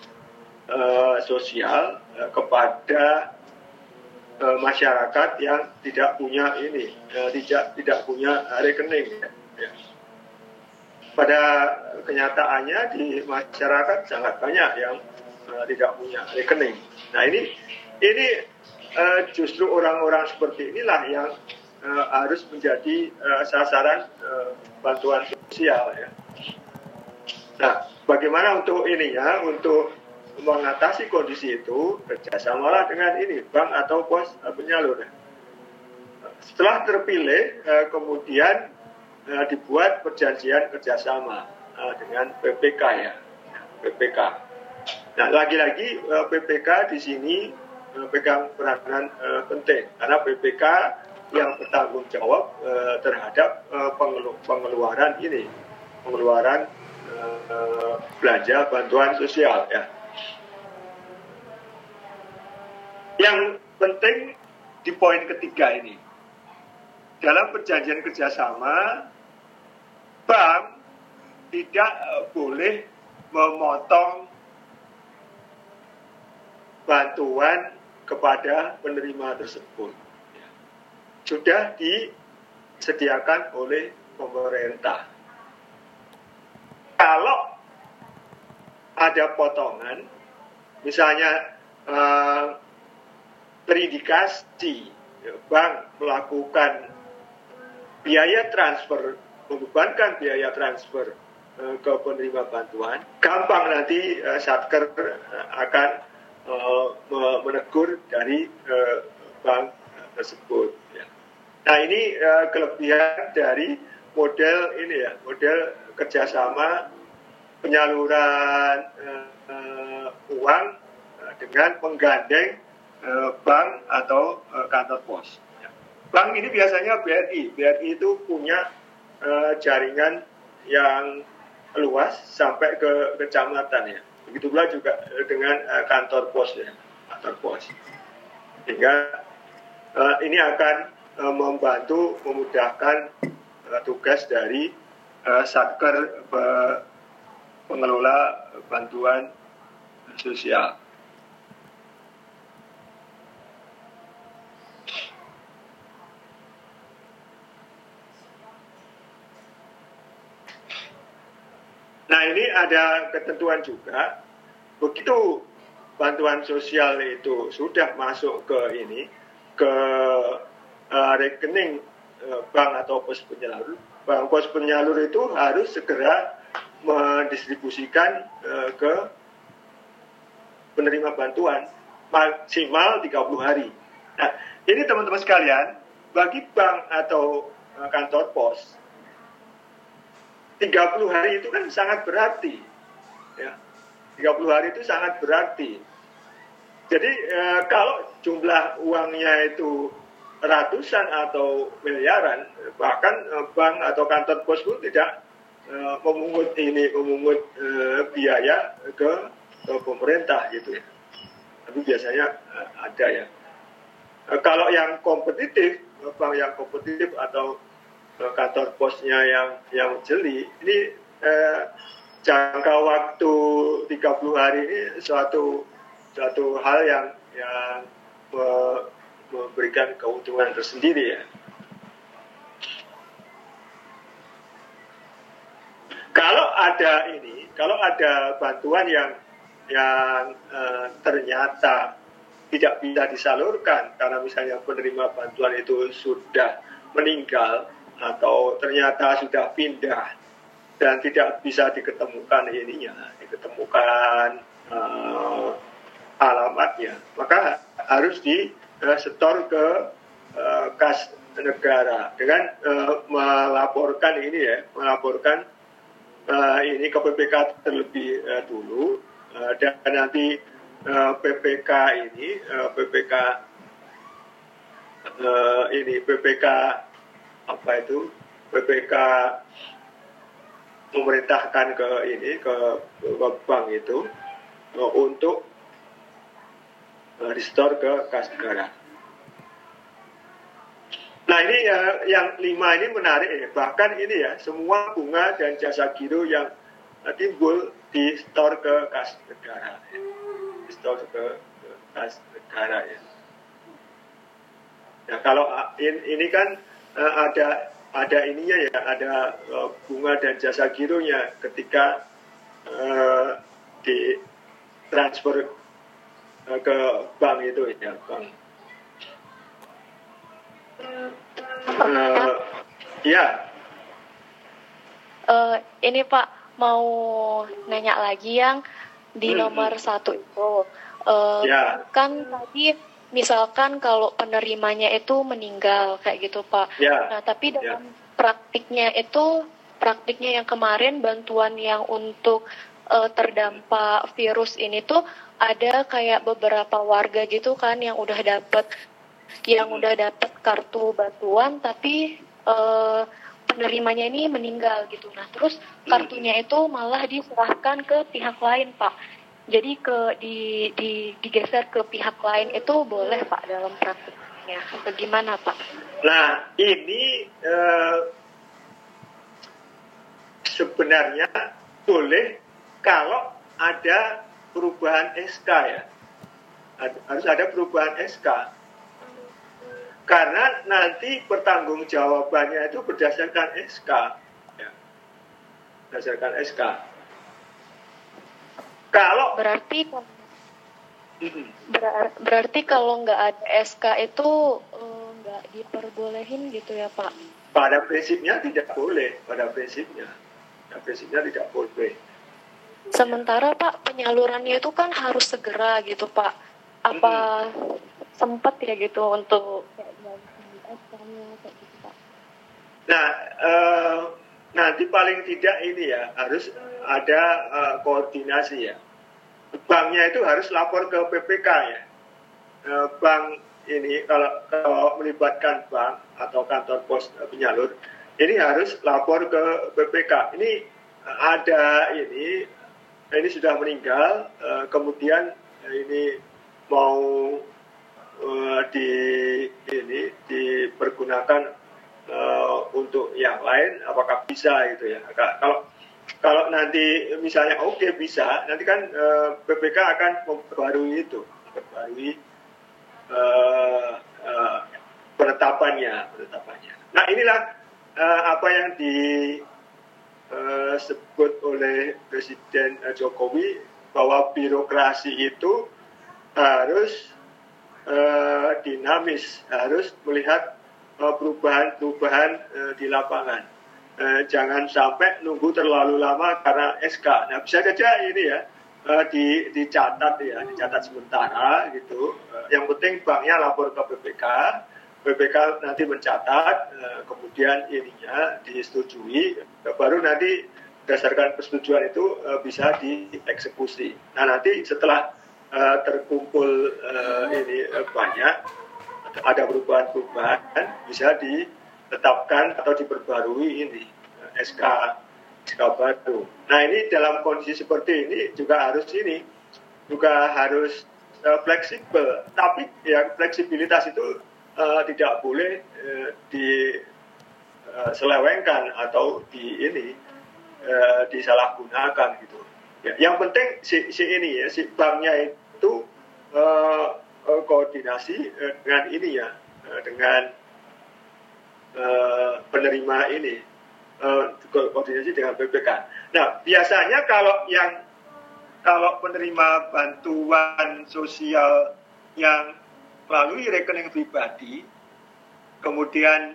sosial kepada masyarakat yang tidak punya tidak punya rekening. Ya. Pada kenyataannya di masyarakat sangat banyak yang tidak punya rekening. Nah ini justru orang-orang seperti inilah yang harus menjadi sasaran bantuan sosial. Ya. Nah, bagaimana untuk mengatasi kondisi itu kerjasamalah dengan ini bank atau pos penyalur. Setelah terpilih kemudian dibuat perjanjian kerjasama dengan PPK ya, PPK. Nah lagi-lagi PPK di sini pegang peranan penting karena PPK yang bertanggung jawab terhadap pengeluaran belanja bantuan sosial ya. Yang penting di poin ketiga ini, dalam perjanjian kerjasama, bank tidak boleh memotong bantuan kepada penerima tersebut. Sudah disediakan oleh pemerintah. Kalau ada potongan, misalnya terindikasi bank melakukan biaya transfer, membebankan biaya transfer ke penerima bantuan, gampang nanti Satker akan menegur dari bank tersebut. Nah ini kelebihan dari model ini ya, model kerjasama penyaluran uang dengan menggandeng bank atau kantor pos. Bank ini biasanya BRI. BRI itu punya jaringan yang luas sampai ke kecamatan ya. Begitu pula juga dengan kantor pos ya, kantor pos. Sehingga ini akan membantu memudahkan tugas dari Satker pengelola bantuan sosial. Nah ini ada ketentuan juga, begitu bantuan sosial itu sudah masuk ke ini, ke rekening bank atau pos penyalur, bank pos penyalur itu harus segera mendistribusikan ke penerima bantuan maksimal 30 hari. Nah ini teman-teman sekalian, bagi bank atau kantor pos, 30 hari itu kan sangat berarti. Ya. 30 hari itu sangat berarti. Jadi kalau jumlah uangnya itu ratusan atau miliaran, bahkan bank atau kantor pos pun tidak memungut biaya ke pemerintah gitu ya. Tapi biasanya ada ya. Kalau yang kompetitif, bank yang kompetitif atau kantor posnya yang jeli, ini jangka waktu 30 hari ini suatu hal yang memberikan keuntungan tersendiri ya. Kalau ada bantuan yang ternyata tidak bisa disalurkan karena misalnya penerima bantuan itu sudah meninggal atau ternyata sudah pindah dan tidak bisa diketemukan alamatnya, maka harus disetor ke kas negara dengan melaporkan ini ke PPK terlebih dulu dan nanti PPK memerintahkan ke bank itu untuk restore ke kas negara. Nah ini yang 5 ini menarik ya. Bahkan ini ya, semua bunga dan jasa giro yang timbul di store ke kas negara ya. Di store ke kas negara ya. Nah kalau ini kan ada ininya ya, ada bunga dan jasa gironya ketika di transfer ke bank itu ya, bank. Ya. Ini Pak mau nanya lagi yang di nomor 1 itu. Ya. Kan tadi misalkan kalau penerimanya itu meninggal kayak gitu Pak. Ya. Nah tapi dalam praktiknya yang kemarin bantuan yang untuk terdampak virus ini tuh ada kayak beberapa warga gitu kan yang udah dapat kartu bantuan tapi penerimanya ini meninggal gitu. Nah terus kartunya itu malah diserahkan ke pihak lain Pak. Jadi digeser ke pihak lain itu boleh Pak dalam praktiknya? Bagaimana Pak? Nah ini sebenarnya boleh kalau ada perubahan SK ya. Harus ada perubahan SK. Karena nanti pertanggungjawabannya itu berdasarkan SK. Ya. Berdasarkan SK. Kalau berarti kalau nggak ada SK itu nggak diperbolehin gitu ya Pak? Pada prinsipnya tidak boleh. Pada prinsipnya tidak boleh. Sementara Pak penyalurannya itu kan harus segera gitu Pak. Apa sempat ya gitu untuk kayak SK-nya kayak gitu Pak? Nah nanti paling tidak ini ya harus ada koordinasi ya. Banknya itu harus lapor ke PPK ya. Bank ini kalau melibatkan bank atau kantor pos penyalur ini harus lapor ke PPK. Ini ada ini sudah meninggal, kemudian ini mau dipergunakan untuk yang lain, apakah bisa gitu ya? Kalau nanti misalnya oke, bisa, nanti kan PPK akan memperbarui penetapannya. Nah inilah apa yang disebut oleh Presiden Jokowi bahwa birokrasi itu harus dinamis, harus melihat perubahan-perubahan di lapangan. Jangan sampai nunggu terlalu lama karena SK. Nah bisa saja ini ya dicatat sementara gitu. Yang penting banknya lapor ke PPK nanti mencatat, kemudian ininya disetujui, baru nanti berdasarkan persetujuan itu bisa dieksekusi. Nah nanti setelah terkumpul banyak, ada perubahan-perubahan, bisa ditetapkan atau diperbarui SK baru. Nah ini dalam kondisi seperti ini juga harus fleksibel, tapi ya fleksibilitas itu tidak boleh diselewengkan atau disalahgunakan gitu. Ya, yang penting si banknya itu koordinasi dengan dengan penerima koordinasi dengan PPK. Nah biasanya kalau penerima bantuan sosial yang melalui rekening pribadi, kemudian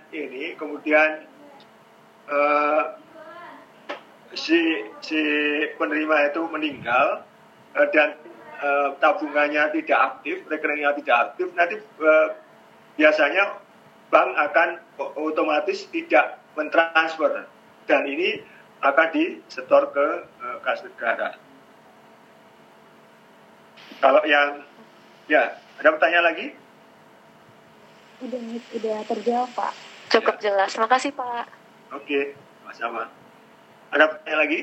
si penerima itu meninggal dan tabungannya tidak aktif, rekeningnya tidak aktif, nanti biasanya bank akan otomatis tidak mentransfer dan ini akan disetor ke kas negara. Kalau yang ada pertanyaan lagi? Udah terjawab Pak. Cukup jelas. Makasih Pak. Oke, sama-sama. Ada pertanyaan lagi?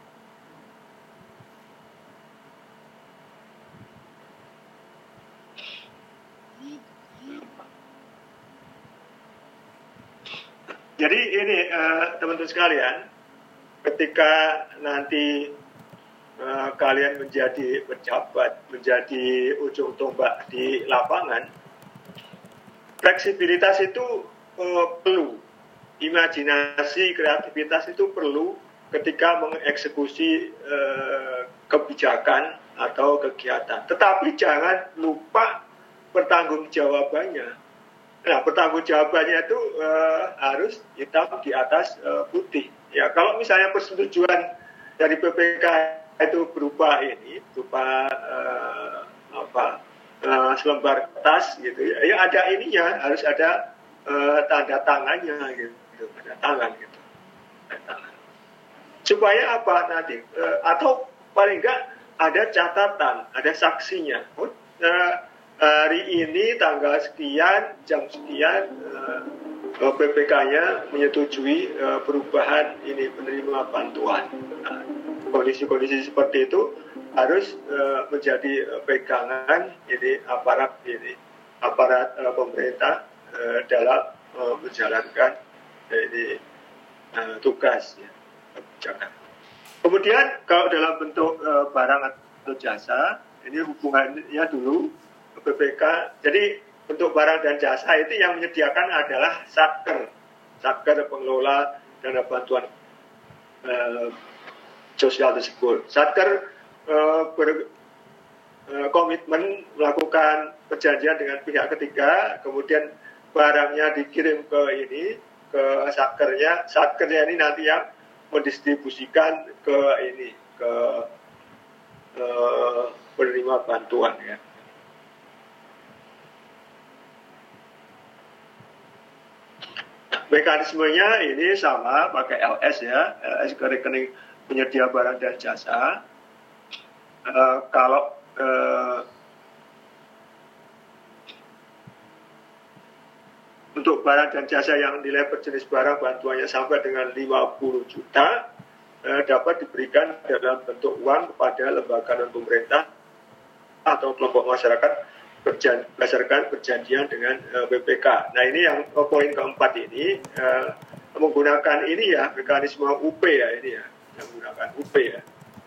Jadi ini teman-teman sekalian, ketika nanti kalian menjadi pejabat, menjadi ujung tombak di lapangan, fleksibilitas itu perlu, imajinasi, kreativitas itu perlu ketika mengeksekusi kebijakan atau kegiatan. Tetapi jangan lupa pertanggungjawabannya. Nah, pertanggungjawabannya itu harus hitam di atas putih. Ya, kalau misalnya persetujuan dari PPK itu berupa selembar kertas gitu ya. Ya ada ininya, harus ada tanda tangannya gitu, tanda tangan gitu. Tanda tangan. Supaya apa nanti? Atau paling enggak ada catatan, ada saksinya. Hari ini tanggal sekian, jam sekian, BPK-nya menyetujui perubahan ini penerima bantuan. Nah, kondisi-kondisi seperti itu harus menjadi pegangan ini aparat pemerintah dalam menjalankan ini tugas ya, kebijakan. Kemudian kalau dalam bentuk barang atau jasa, ini hubungannya dulu BPK. Jadi untuk barang dan jasa itu yang menyediakan adalah Satker pengelola dana bantuan sosial tersebut. Satker berkomitmen melakukan perjanjian dengan pihak ketiga, kemudian barangnya dikirim ke Satkernya ini nanti yang mendistribusikan ke penerima bantuan ya. Mekanismenya ini sama pakai LS ya, LS ke rekening penyedia barang dan jasa. Kalau untuk barang dan jasa yang nilai per jenis barang bantuannya sampai dengan 50 juta dapat diberikan dalam bentuk uang kepada lembaga non pemerintah atau kelompok masyarakat berdasarkan perjanjian dengan BPK. Nah ini yang poin keempat ini menggunakan ini ya mekanisme UP ya ini ya, yang menggunakan UP ya.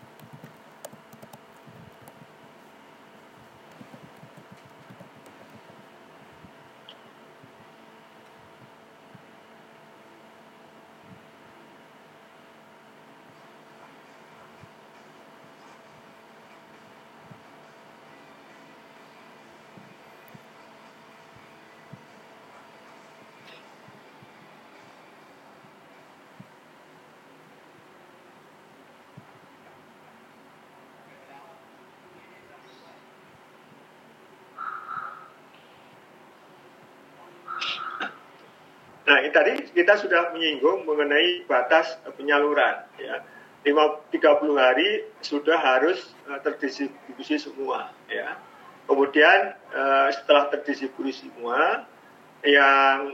Nah, ini tadi kita sudah menyinggung mengenai batas penyaluran. Ya. 30 hari sudah harus terdistribusi semua. Ya. Kemudian setelah terdistribusi semua, yang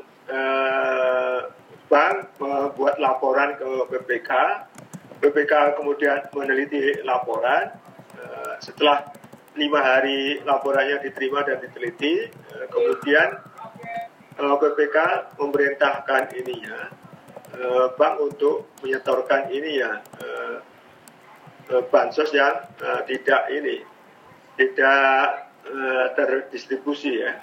bank membuat laporan ke BPK. BPK kemudian meneliti laporan. Setelah 5 hari laporannya diterima dan diteliti, kemudian BPK memerintahkan ininya bank untuk menyetorkan ini ya bansos yang tidak terdistribusi ya.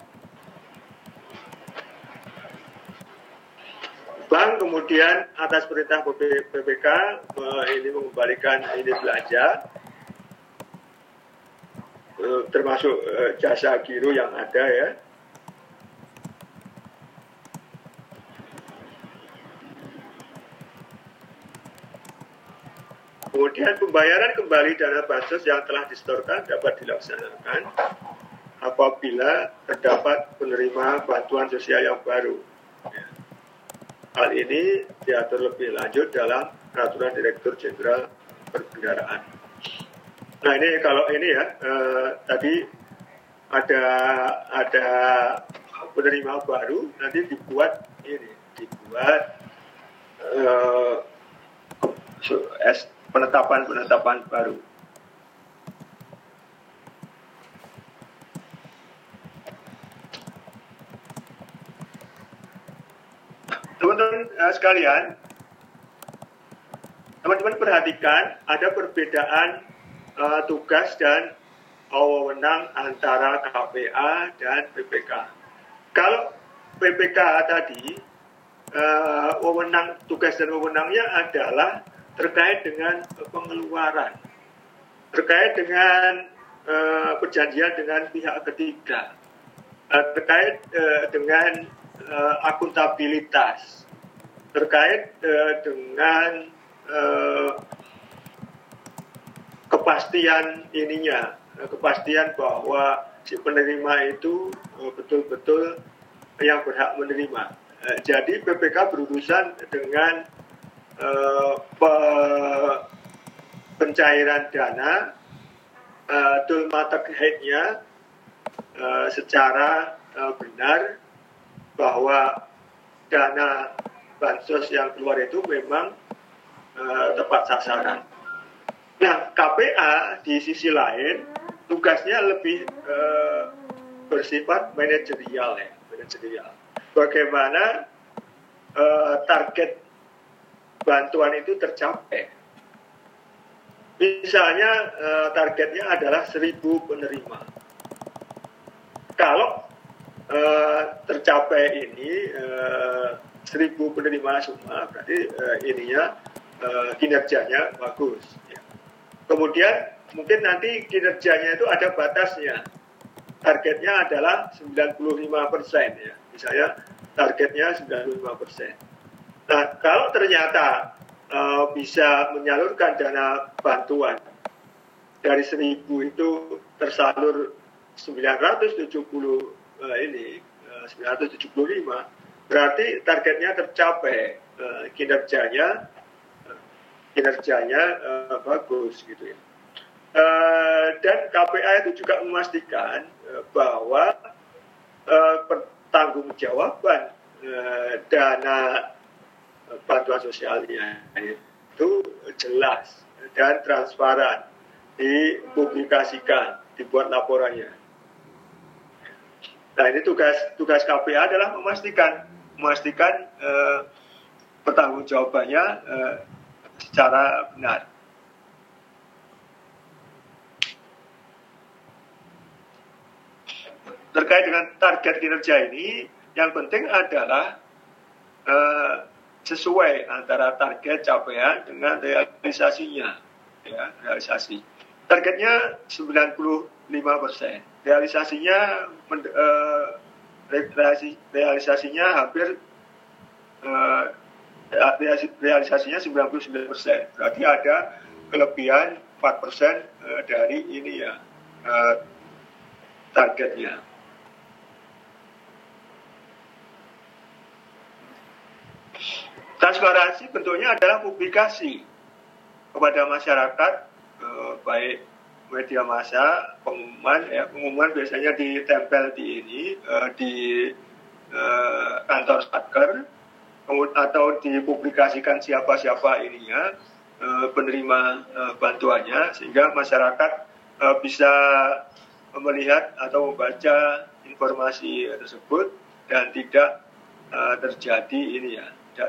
Bank kemudian atas perintah BPK ini mengembalikan ini belanja termasuk jasa giro yang ada ya. Kemudian pembayaran kembali dana bansos yang telah disetorkan dapat dilaksanakan apabila terdapat penerima bantuan sosial yang baru. Hal ini diatur lebih lanjut dalam Peraturan Direktur Jenderal Perbendaharaan. Nah ini kalau ini ya tadi ada penerima baru nanti dibuat penetapan baru. Teman-teman sekalian, teman-teman perhatikan ada perbedaan tugas dan wewenang antara KPA dan PPK. Kalau PPK tadi wewenang tugas dan wewenangnya adalah terkait dengan pengeluaran, terkait dengan perjanjian dengan pihak ketiga, terkait dengan akuntabilitas, terkait dengan kepastian kepastian bahwa si penerima itu betul-betul yang berhak menerima. Jadi BPK berurusan dengan pencairan dana, mata headnya secara benar bahwa dana bansos yang keluar itu memang tepat sasaran. Nah, KPA di sisi lain tugasnya lebih bersifat manajerial ya, manajerial. Bagaimana target bantuan itu tercapai. Misalnya targetnya adalah 1.000 penerima. Kalau tercapai ini 1.000 penerima semua, berarti kinerjanya bagus. Ya. Kemudian mungkin nanti kinerjanya itu ada batasnya. Targetnya adalah 95%, ya. Misalnya targetnya 95%. Nah, kalau ternyata bisa menyalurkan dana bantuan dari 1.000 itu tersalur 975, berarti targetnya tercapai, kinerjanya bagus gitu ya. Dan KPA itu juga memastikan bahwa pertanggungjawaban dana bantuan sosialnya itu jelas dan transparan, dipublikasikan, dibuat laporannya. Nah, ini tugas KPA adalah memastikan pertanggungjawabannya secara benar. Terkait dengan target kinerja ini, yang penting adalah sesuai antara target capaian dengan realisasinya, ya, realisasi. Targetnya 95%, realisasinya hampir realisasinya 99%. Berarti ada kelebihan 4% dari ini ya targetnya. Transparansi bentuknya adalah publikasi kepada masyarakat, baik media massa, pengumuman biasanya ditempel di kantor Satker, atau dipublikasikan siapa-siapa penerima bantuannya, sehingga masyarakat bisa melihat atau membaca informasi tersebut dan tidak terjadi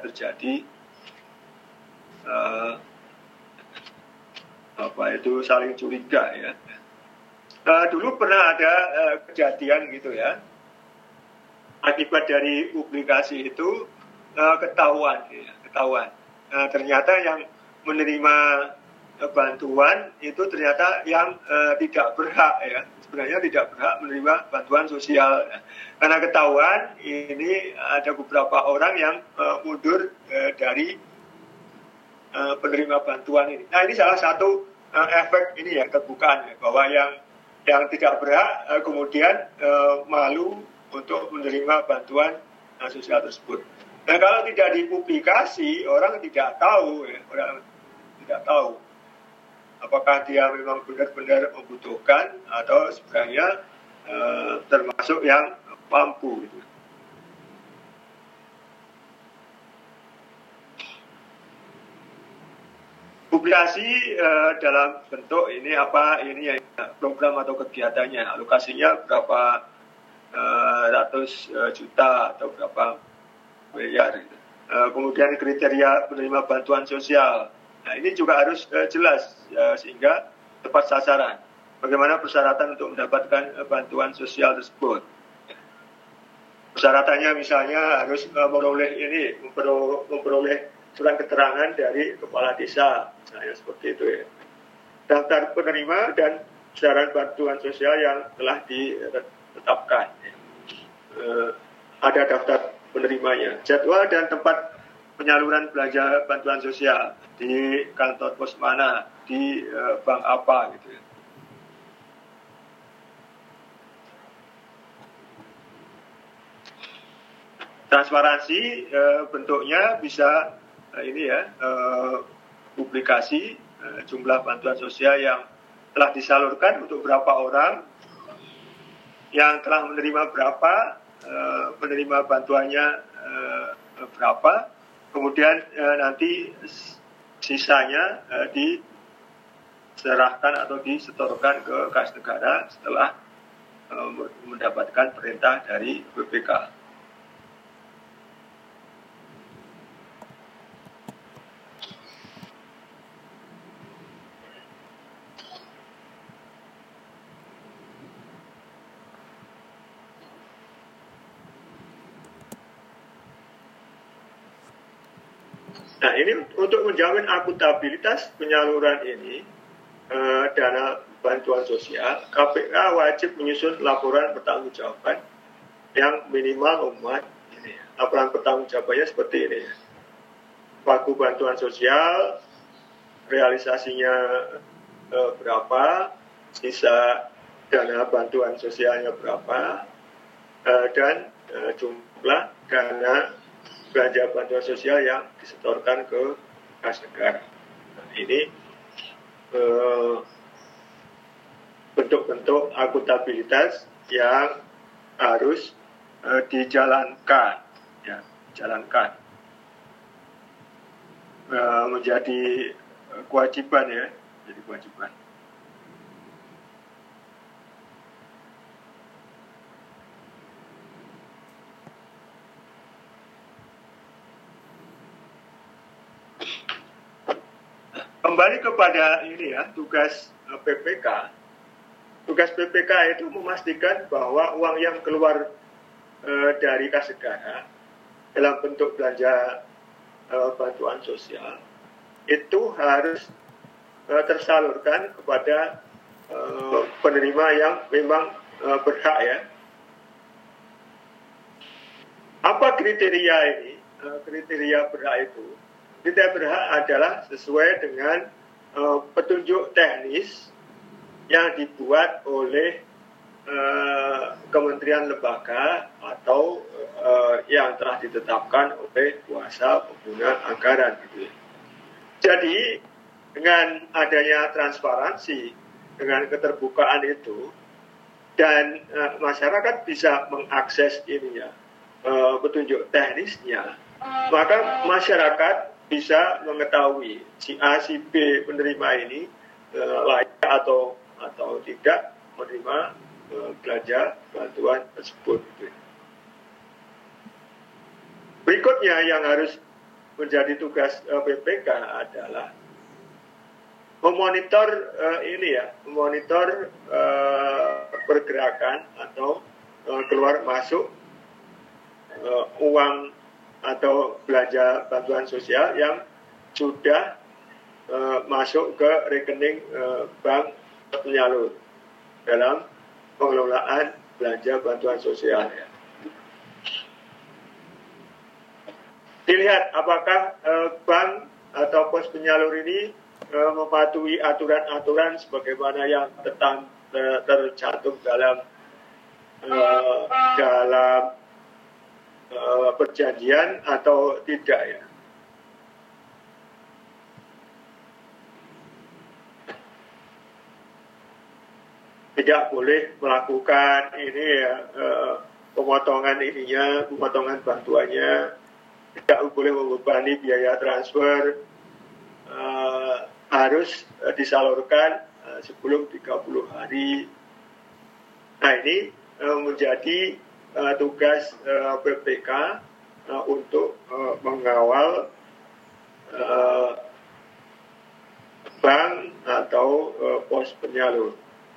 saling curiga ya. Dulu pernah ada kejadian gitu ya, akibat dari publikasi itu ketahuan. Ternyata yang menerima bantuan itu ternyata yang tidak berhak ya, sebenarnya tidak berhak menerima bantuan sosial ya. Karena ketahuan ini ada beberapa orang yang mundur dari penerima bantuan ini. Nah, ini salah satu efek ini ya, kebukaan ya, bahwa yang tidak berhak kemudian malu untuk menerima bantuan sosial tersebut. Nah, kalau tidak dipublikasi, orang tidak tahu apakah dia memang benar-benar membutuhkan atau sebenarnya termasuk yang mampu gitu. Publikasi dalam bentuk ini ya, program atau kegiatannya, alokasinya berapa ratus juta atau berapa miliar gitu. Kemudian kriteria penerima bantuan sosial. Nah, ini juga harus jelas sehingga tepat sasaran. Bagaimana persyaratan untuk mendapatkan bantuan sosial tersebut? Persyaratannya misalnya harus memperoleh surat keterangan dari kepala desa, misalnya seperti itu ya. Daftar penerima dan syarat bantuan sosial yang telah ditetapkan. Ada daftar penerimanya, jadwal dan tempat penyaluran belanja bantuan sosial di kantor pos mana, di bank apa gitu ya. Transparansi bentuknya bisa publikasi jumlah bantuan sosial yang telah disalurkan untuk berapa orang, yang telah menerima berapa, penerima bantuannya berapa, kemudian nanti sisanya diserahkan atau disetorkan ke kas negara setelah mendapatkan perintah dari BPK. Nah, ini untuk menjamin akuntabilitas penyaluran ini dana bantuan sosial, KPK wajib menyusun laporan pertanggungjawaban yang minimal memuat ini. Laporan pertanggungjawabannya seperti ini. Pagu bantuan sosial, realisasinya berapa, sisa dana bantuan sosialnya berapa, dan jumlah dana belanja bantuan sosial yang disetorkan ke kas negara. Nah, ini bentuk-bentuk akuntabilitas yang harus dijalankan, ya, menjadi kewajiban ya, jadi kewajiban. Kembali kepada ini ya, tugas PPK. Tugas PPK itu memastikan bahwa uang yang keluar dari kas negara dalam bentuk belanja bantuan sosial itu harus tersalurkan kepada penerima yang memang berhak ya. Apa kriteria ini? Kriteria berhak itu, kriteria berhak adalah sesuai dengan petunjuk teknis yang dibuat oleh kementerian lembaga atau yang telah ditetapkan oleh kuasa pengguna anggaran gitu ya. Jadi dengan adanya transparansi, dengan keterbukaan itu, dan masyarakat bisa mengakses ini ya, petunjuk teknisnya, maka masyarakat bisa mengetahui si A, si B penerima ini layak atau tidak menerima belanja bantuan tersebut. Berikutnya yang harus menjadi tugas PPK adalah memonitor memonitor pergerakan atau keluar masuk uang atau belanja bantuan sosial yang sudah masuk ke rekening bank penyalur dalam pengelolaan belanja bantuan sosial. Ya. Dilihat apakah bank atau pos penyalur ini mematuhi aturan-aturan sebagaimana yang tercantum dalam perjanjian atau tidak ya. Tidak boleh melakukan ini ya, pemotongan bantuannya, tidak boleh membebani biaya transfer, harus disalurkan sebelum 30 hari. Nah, ini menjadi tugas PPK untuk mengawal bank atau pos penyalur.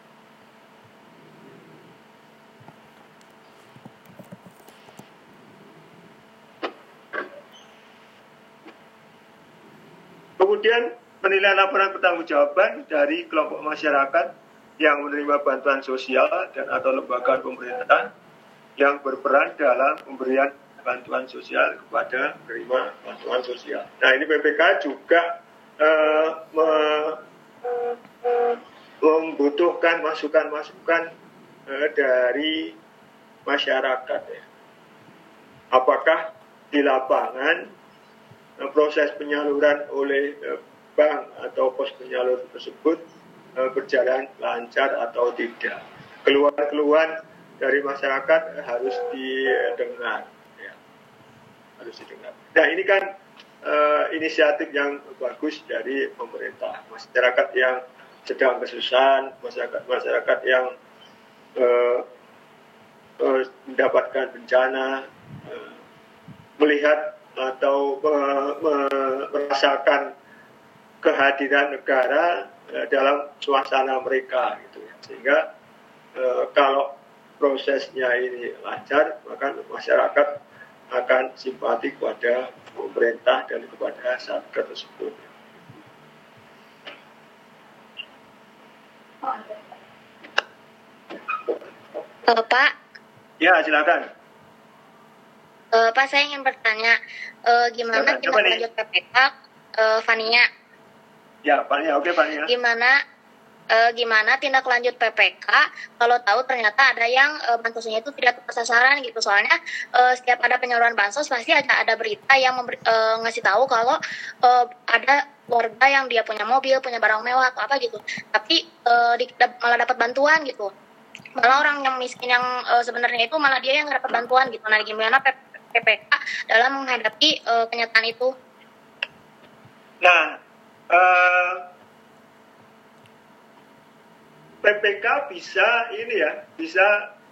Kemudian penilaian laporan pertanggungjawaban dari kelompok masyarakat yang menerima bantuan sosial dan atau lembaga pemerintah yang berperan dalam pemberian bantuan sosial kepada penerima bantuan sosial. Nah, ini PPK juga membutuhkan masukan-masukan dari masyarakat ya. Apakah di lapangan proses penyaluran oleh bank atau pos penyalur tersebut berjalan lancar atau tidak. Keluhan-keluhan dari masyarakat harus didengar ya. Harus didengar. Nah, ini kan inisiatif yang bagus dari pemerintah. Masyarakat yang sedang kesusahan, masyarakat yang mendapatkan bencana, melihat atau merasakan kehadiran negara dalam suasana mereka gitu ya. Sehingga kalau prosesnya ini lancar, maka masyarakat akan simpati kepada pemerintah dan kepada satgas tersebut. Pak. Ya, silakan. Pak, saya ingin bertanya, gimana tindak lanjut PPK, Fania? Ya, Fania, oke Fania. Gimana tindak lanjut PPK kalau tahu ternyata ada yang bansosnya itu tidak tepat sasaran gitu. Soalnya setiap ada penyaluran bansos pasti ada berita yang ngasih tahu kalau ada warga yang dia punya mobil, punya barang mewah atau apa gitu, tapi malah dapat bantuan gitu. Malah orang yang miskin yang sebenarnya itu malah dia yang nggak dapat bantuan gitu. Nah, gimana PPK dalam menghadapi kenyataan itu? Nah, PPK bisa ini ya, bisa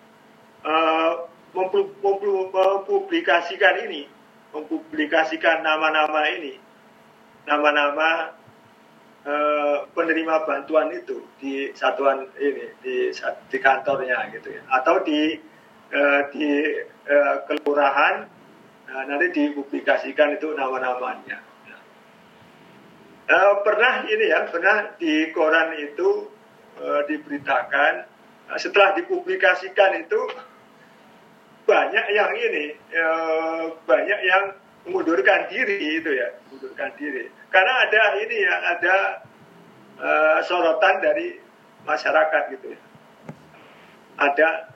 mempublikasikan nama-nama ini, nama-nama penerima bantuan itu di satuan ini, di kantornya gitu ya, atau di kelurahan, nanti dipublikasikan itu nama-namanya. Pernah di koran itu diberitakan, setelah dipublikasikan itu banyak yang mengundurkan diri itu ya, karena ada sorotan dari masyarakat gitu ya, ada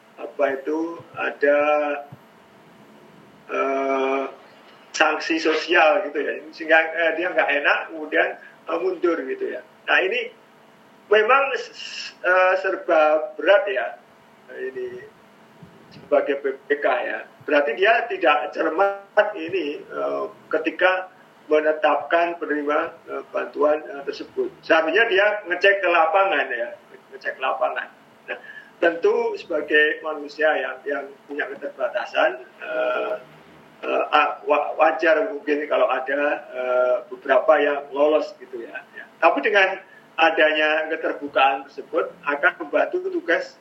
sanksi sosial gitu ya, sehingga dia nggak enak kemudian mundur gitu ya. Nah, ini memang serba berat ya, ini sebagai PPK ya. Berarti dia tidak cermat ini ketika menetapkan penerima bantuan tersebut. Seharusnya dia ngecek ke lapangan ya, Nah, tentu sebagai manusia yang punya keterbatasan, wajar mungkin kalau ada beberapa yang lolos gitu ya. Tapi dengan adanya keterbukaan tersebut akan membantu tugas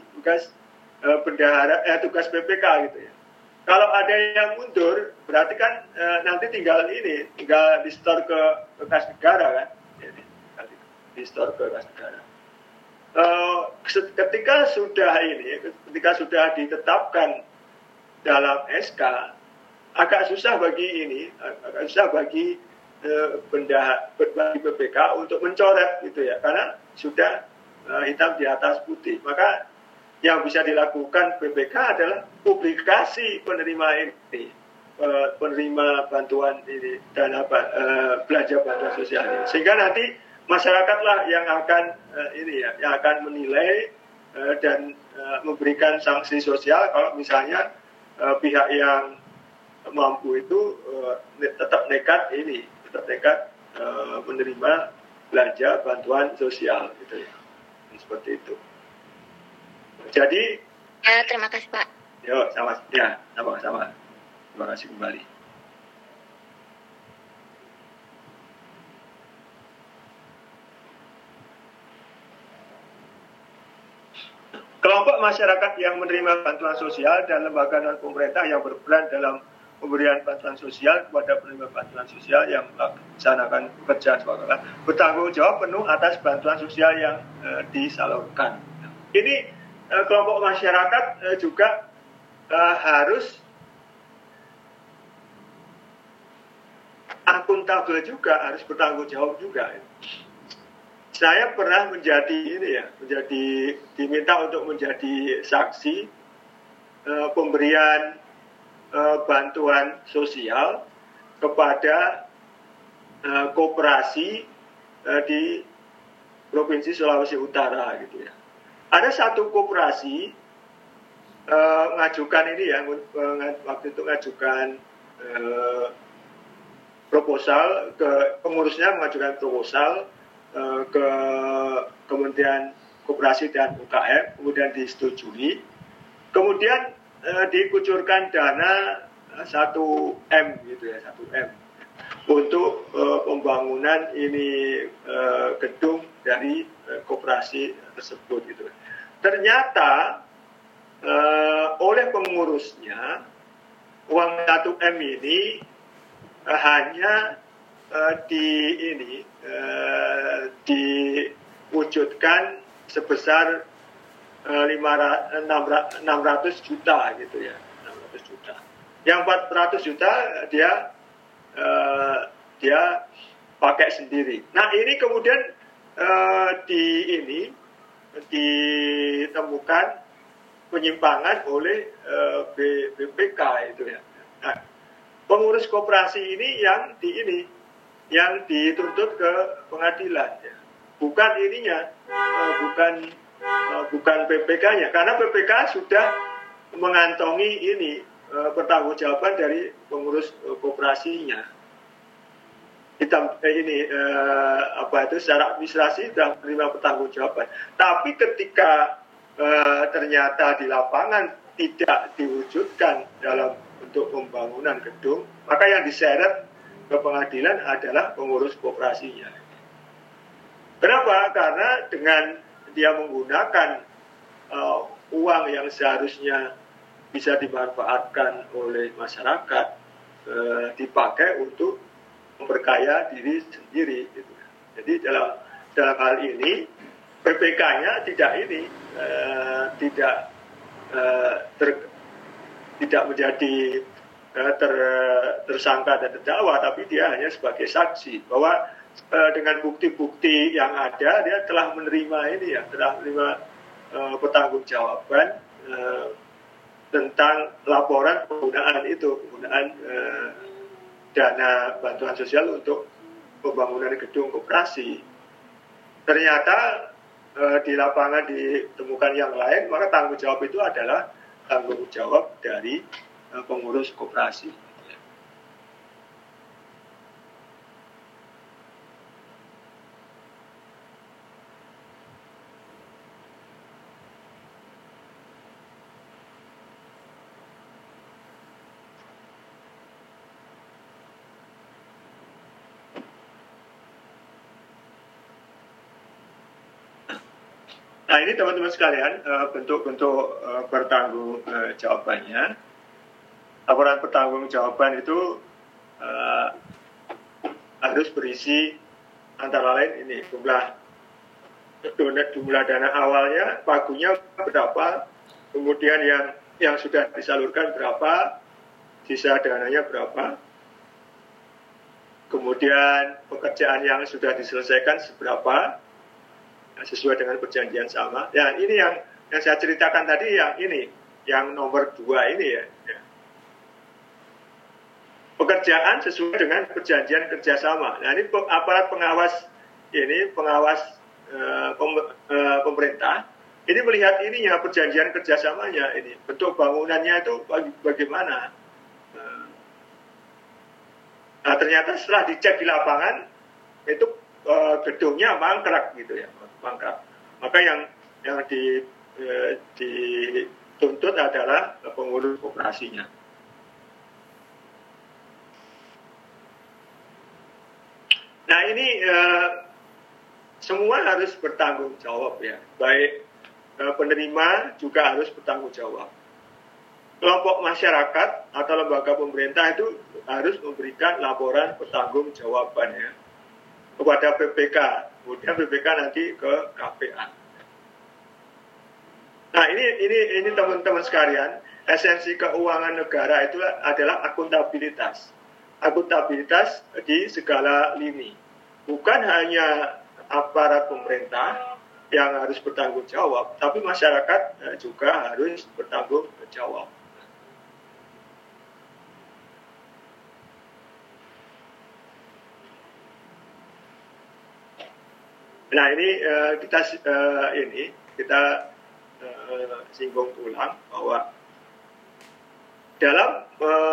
tugas PPK gitu ya. Kalau ada yang mundur, berarti kan nanti tinggal di-store ke kas negara kan, di-store ke kas negara. Ketika sudah ditetapkan dalam SK, agak susah bagi PPK untuk mencoret gitu ya, karena sudah hitam di atas putih. Maka yang bisa dilakukan PPK adalah publikasi penerima bantuan ini, dana belanja bantuan sosial ini, sehingga nanti masyarakatlah yang akan menilai dan memberikan sanksi sosial kalau misalnya pihak yang mampu itu tetap nekat menerima belanja bantuan sosial gitu ya. Seperti itu. Jadi ya, terima kasih Pak. Sama-sama. Terima kasih kembali. Kelompok masyarakat yang menerima bantuan sosial dan lembaga non-pemerintah yang berperan dalam pemberian bantuan sosial kepada penerima bantuan sosial yang melaksanakan pekerjaan swasta bertanggung jawab penuh atas bantuan sosial yang disalurkan. Ini kelompok masyarakat juga harus akuntabel juga, harus bertanggung jawab juga. saya pernah diminta untuk menjadi saksi pemberian bantuan sosial kepada koperasi di Provinsi Sulawesi Utara gitu ya. Ada satu koperasi ngajukan ini ya, waktu itu ngajukan proposal ke pengurusnya, mengajukan proposal ke Kementerian Koperasi dan UKM, kemudian disetujui, kemudian dikucurkan dana 1M gitu ya, 1M untuk pembangunan ini gedung dari koperasi tersebut gitu. Ternyata oleh pengurusnya uang 1M ini hanya diwujudkan sebesar 600 juta gitu ya, 600 juta. Yang 400 juta dia pakai sendiri. Nah, ini kemudian ditemukan penyimpangan oleh BPK itu ya. Nah, pengurus koperasi ini yang dituntut ke pengadilan ya. Bukan ininya, bukan PPK-nya, karena PPK sudah mengantongi pertanggungjawaban dari pengurus koperasinya. Secara administrasi sudah menerima pertanggungjawaban. Tapi ketika ternyata di lapangan tidak diwujudkan dalam bentuk pembangunan gedung, maka yang diseret ke pengadilan adalah pengurus koperasinya. Kenapa? Karena dengan dia menggunakan uang yang seharusnya bisa dimanfaatkan oleh masyarakat, dipakai untuk memperkaya diri sendiri. Gitu. Jadi dalam hal ini PPK-nya tidak menjadi tersangka dan terdakwa, tapi dia hanya sebagai saksi bahwa dengan bukti-bukti yang ada dia telah menerima pertanggungjawaban tentang laporan penggunaan dana bantuan sosial untuk pembangunan gedung koperasi. Ternyata di lapangan ditemukan yang lain, maka tanggung jawab itu adalah tanggung jawab dari pengurus koperasi. Nah, ini teman-teman sekalian, bentuk-bentuk pertanggungjawabannya. Laporan pertanggungjawaban itu harus berisi antara lain ini jumlah dana awalnya, pagunya berapa, kemudian yang sudah disalurkan berapa, sisa dananya berapa, kemudian pekerjaan yang sudah diselesaikan seberapa, sesuai dengan perjanjian sama. Ya, ini yang saya ceritakan tadi, yang nomor 2 ini ya. Pekerjaan sesuai dengan perjanjian kerjasama. Nah, ini aparat pengawas pemerintah ini melihat perjanjian kerjasamanya ini, bentuk bangunannya itu bagaimana. Nah, ternyata setelah dicek di lapangan itu gedungnya mangkrak gitu ya, mangkrak. Maka yang dituntut adalah pengurus koperasinya. Nah, ini semua harus bertanggung jawab ya, baik penerima juga harus bertanggung jawab. Kelompok masyarakat atau lembaga pemerintah itu harus memberikan laporan pertanggungjawaban ya kepada BPK, kemudian BPK nanti ke KPA. Nah, ini teman-teman sekalian, esensi keuangan negara itu adalah akuntabilitas. Akuntabilitas di segala lini. Bukan hanya aparat pemerintah yang harus bertanggung jawab, tapi masyarakat juga harus bertanggung jawab. Nah ini kita singgung ulang bahwa dalam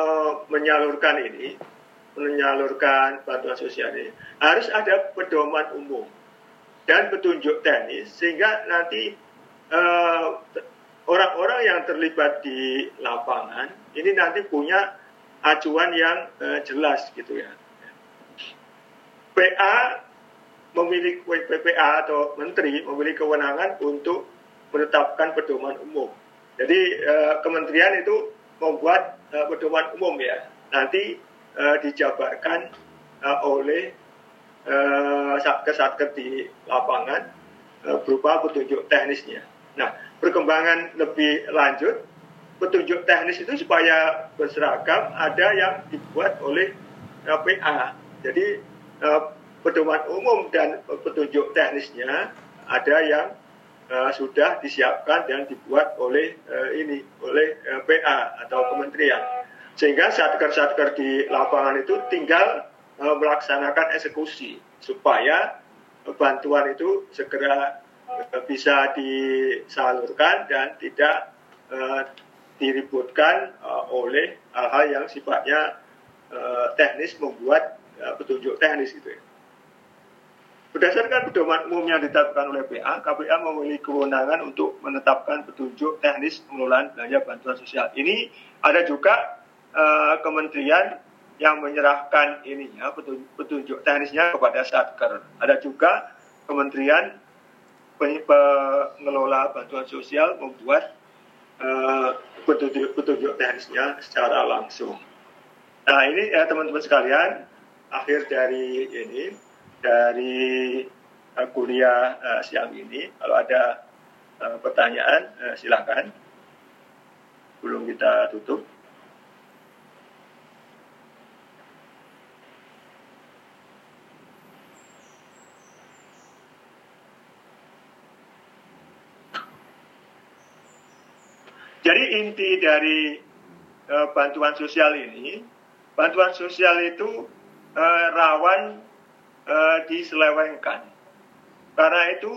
menyalurkan bantuan sosial ini harus ada pedoman umum dan petunjuk teknis sehingga nanti orang-orang yang terlibat di lapangan ini nanti punya acuan yang jelas gitu ya. PPA atau menteri memiliki kewenangan untuk menetapkan pedoman umum. Jadi kementerian itu membuat pedoman umum ya. Nanti dijabarkan oleh satker di lapangan berupa petunjuk teknisnya. Nah, perkembangan lebih lanjut, petunjuk teknis itu supaya berseragam ada yang dibuat oleh PA. Jadi pedoman umum dan petunjuk teknisnya ada yang sudah disiapkan dan dibuat oleh PA atau kementerian. Sehingga satker-satker di lapangan itu tinggal melaksanakan eksekusi supaya bantuan itu segera bisa disalurkan dan tidak diributkan oleh hal-hal yang sifatnya teknis membuat petunjuk teknis gitu ya. Berdasarkan pedoman umum yang ditetapkan oleh PA, KPA memiliki kewenangan untuk menetapkan petunjuk teknis pengelolaan belanja bantuan sosial. Ini ada juga kementerian yang menyerahkan petunjuk teknisnya kepada satker. Ada juga kementerian pengelola bantuan sosial membuat petunjuk teknisnya secara langsung. Nah ini teman-teman sekalian, akhir dari kuliah siang ini. Kalau ada pertanyaan silakan sebelum kita tutup. Jadi inti dari bantuan sosial ini, bantuan sosial itu rawan diselewengkan. Karena itu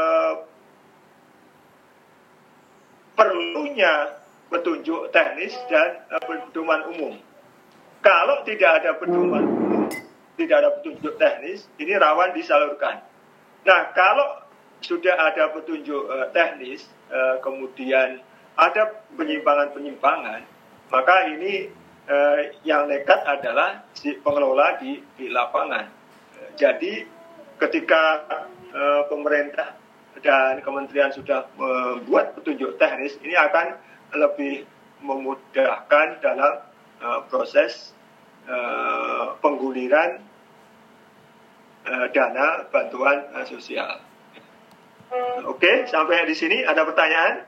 perlunya petunjuk teknis dan pedoman umum. Kalau tidak ada pedoman umum, tidak ada petunjuk teknis, ini rawan disalurkan. Nah, kalau sudah ada petunjuk teknis, kemudian ada penyimpangan-penyimpangan, maka ini yang nekat adalah si pengelola di lapangan. Jadi ketika pemerintah dan kementerian sudah membuat petunjuk teknis, ini akan lebih memudahkan dalam proses pengguliran dana bantuan sosial. Oke, sampai di sini ada pertanyaan?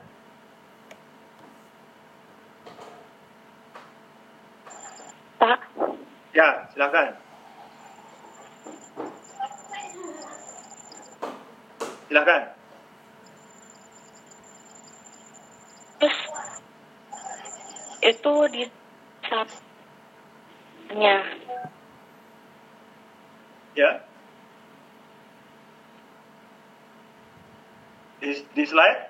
Pak. Ya, silakan. Silakan. Terus itu di saatnya. Ya. Di slide.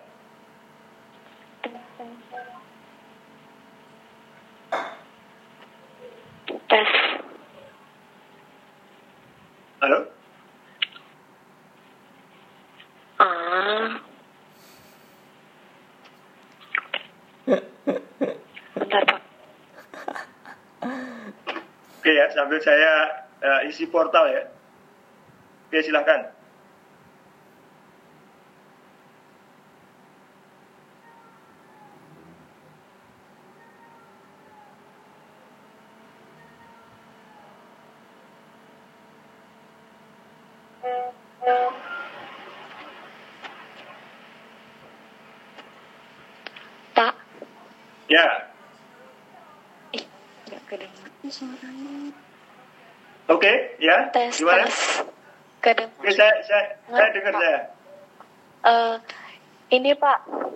Tes. Halo? Bentar, Pak. Oke ya, sambil saya isi portal ya. Oke, silakan. Pak. Ya. Nggak kedengaran suaranya. Oke, ya. Tes, Gimana? tes. Oke, saya dengar saya. Ini Pak,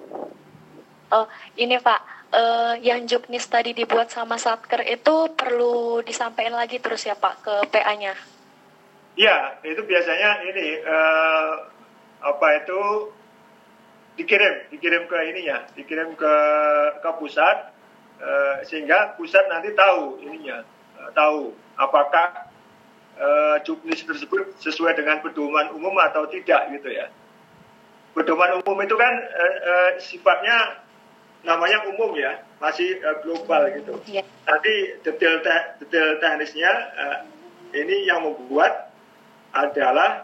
yang Juknis tadi dibuat sama Satker itu perlu disampaikan lagi terus ya Pak ke PA-nya? Ya, itu biasanya ini dikirim ke ininya, dikirim ke pusat, sehingga pusat nanti tahu ininya, tahu apakah juknis tersebut sesuai dengan pedoman umum atau tidak gitu ya. Pedoman umum itu kan sifatnya namanya umum ya, masih global gitu. Yeah. Nanti detail teknisnya ini yang membuat adalah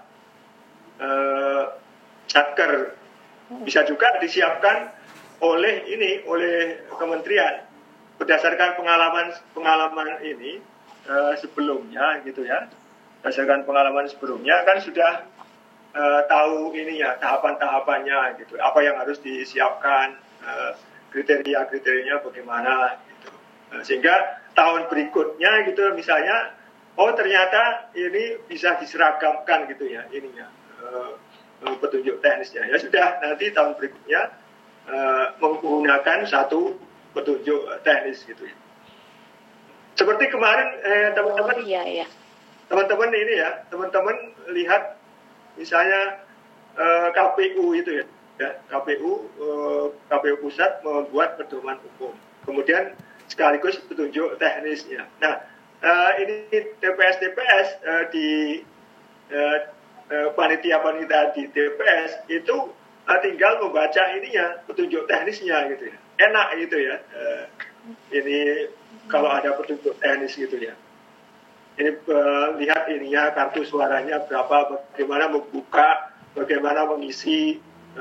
Satker. Bisa juga disiapkan oleh kementerian berdasarkan pengalaman ini sebelumnya gitu ya. Berdasarkan pengalaman sebelumnya kan sudah tahu ininya tahapan-tahapannya gitu, apa yang harus disiapkan, kriteria-kriterianya bagaimana gitu. Sehingga tahun berikutnya gitu misalnya ternyata ini bisa diseragamkan gitu ya ininya petunjuk teknisnya, ya sudah nanti tahun berikutnya menggunakan satu petunjuk teknis gitu ya. Seperti kemarin teman-teman ini ya, teman-teman lihat misalnya KPU itu ya, KPU pusat membuat pedoman umum, kemudian sekaligus petunjuk teknisnya. Nah, ini TPS di panitia di TPS itu tinggal membaca ininya, petunjuk teknisnya gitu ya, enak gitu ya. Ini kalau ada petunjuk teknis gitu ya. Ini lihat ininya, kartu suaranya berapa, bagaimana membuka, bagaimana mengisi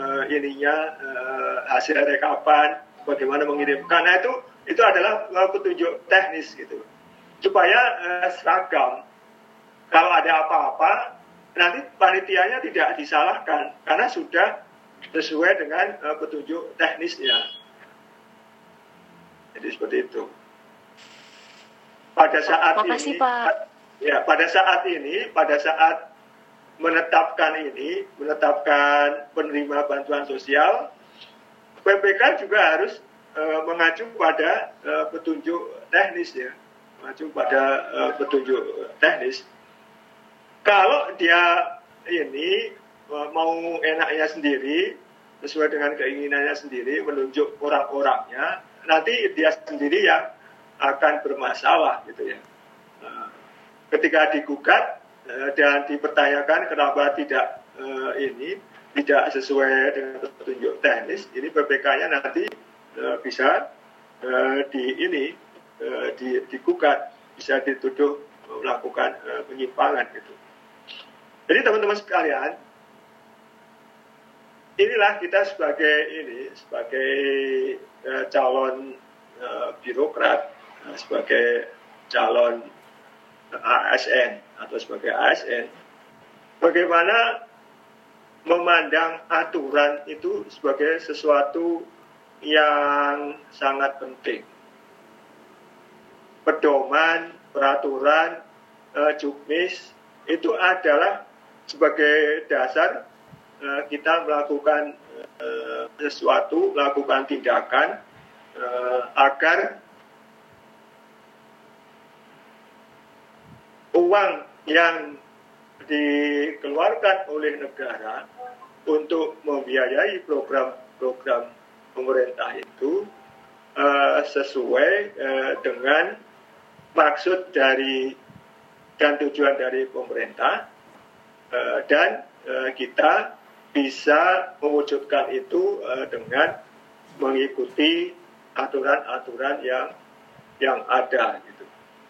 hasil rekapan, bagaimana mengirimkan. Nah itu adalah petunjuk teknis gitu. Supaya seragam. Kalau ada apa-apa, nanti panitianya tidak disalahkan karena sudah sesuai dengan petunjuk teknisnya. Jadi seperti itu. Pada saat menetapkan penerima bantuan sosial, PPK juga harus mengacu pada petunjuk teknis ya, Kalau dia ini mau enaknya sendiri, sesuai dengan keinginannya sendiri, menunjuk orang-orangnya, nanti dia sendiri yang akan bermasalah gitu ya. Ketika digugat dan dipertanyakan kenapa tidak sesuai dengan petunjuk teknis, ini PPK-nya nanti bisa digugat, bisa dituduh melakukan penyimpangan gitu. Jadi teman-teman sekalian, inilah kita sebagai calon birokrat, sebagai calon ASN atau sebagai ASN, bagaimana memandang aturan itu sebagai sesuatu yang sangat penting. Pedoman, peraturan, juknis itu adalah sebagai dasar kita melakukan sesuatu, melakukan tindakan agar uang yang dikeluarkan oleh negara untuk membiayai program-program pemerintah itu sesuai dengan maksud dari dan tujuan dari pemerintah, dan kita bisa mewujudkan itu dengan mengikuti aturan-aturan yang ada gitu.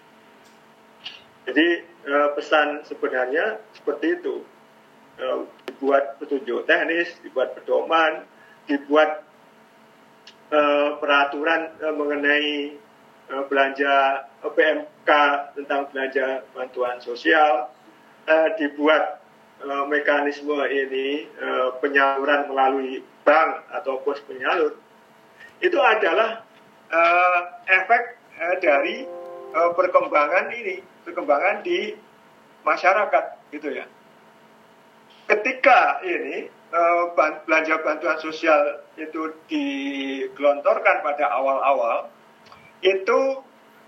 Jadi pesan sebenarnya seperti itu, dibuat petunjuk teknis, dibuat pedoman, dibuat peraturan mengenai belanja PMK tentang belanja bantuan sosial, dibuat mekanisme ini penyaluran melalui bank atau pos penyalur. Itu adalah efek dari perkembangan di masyarakat gitu ya. ketika ini belanja bantuan sosial itu digelontorkan pada awal-awal, itu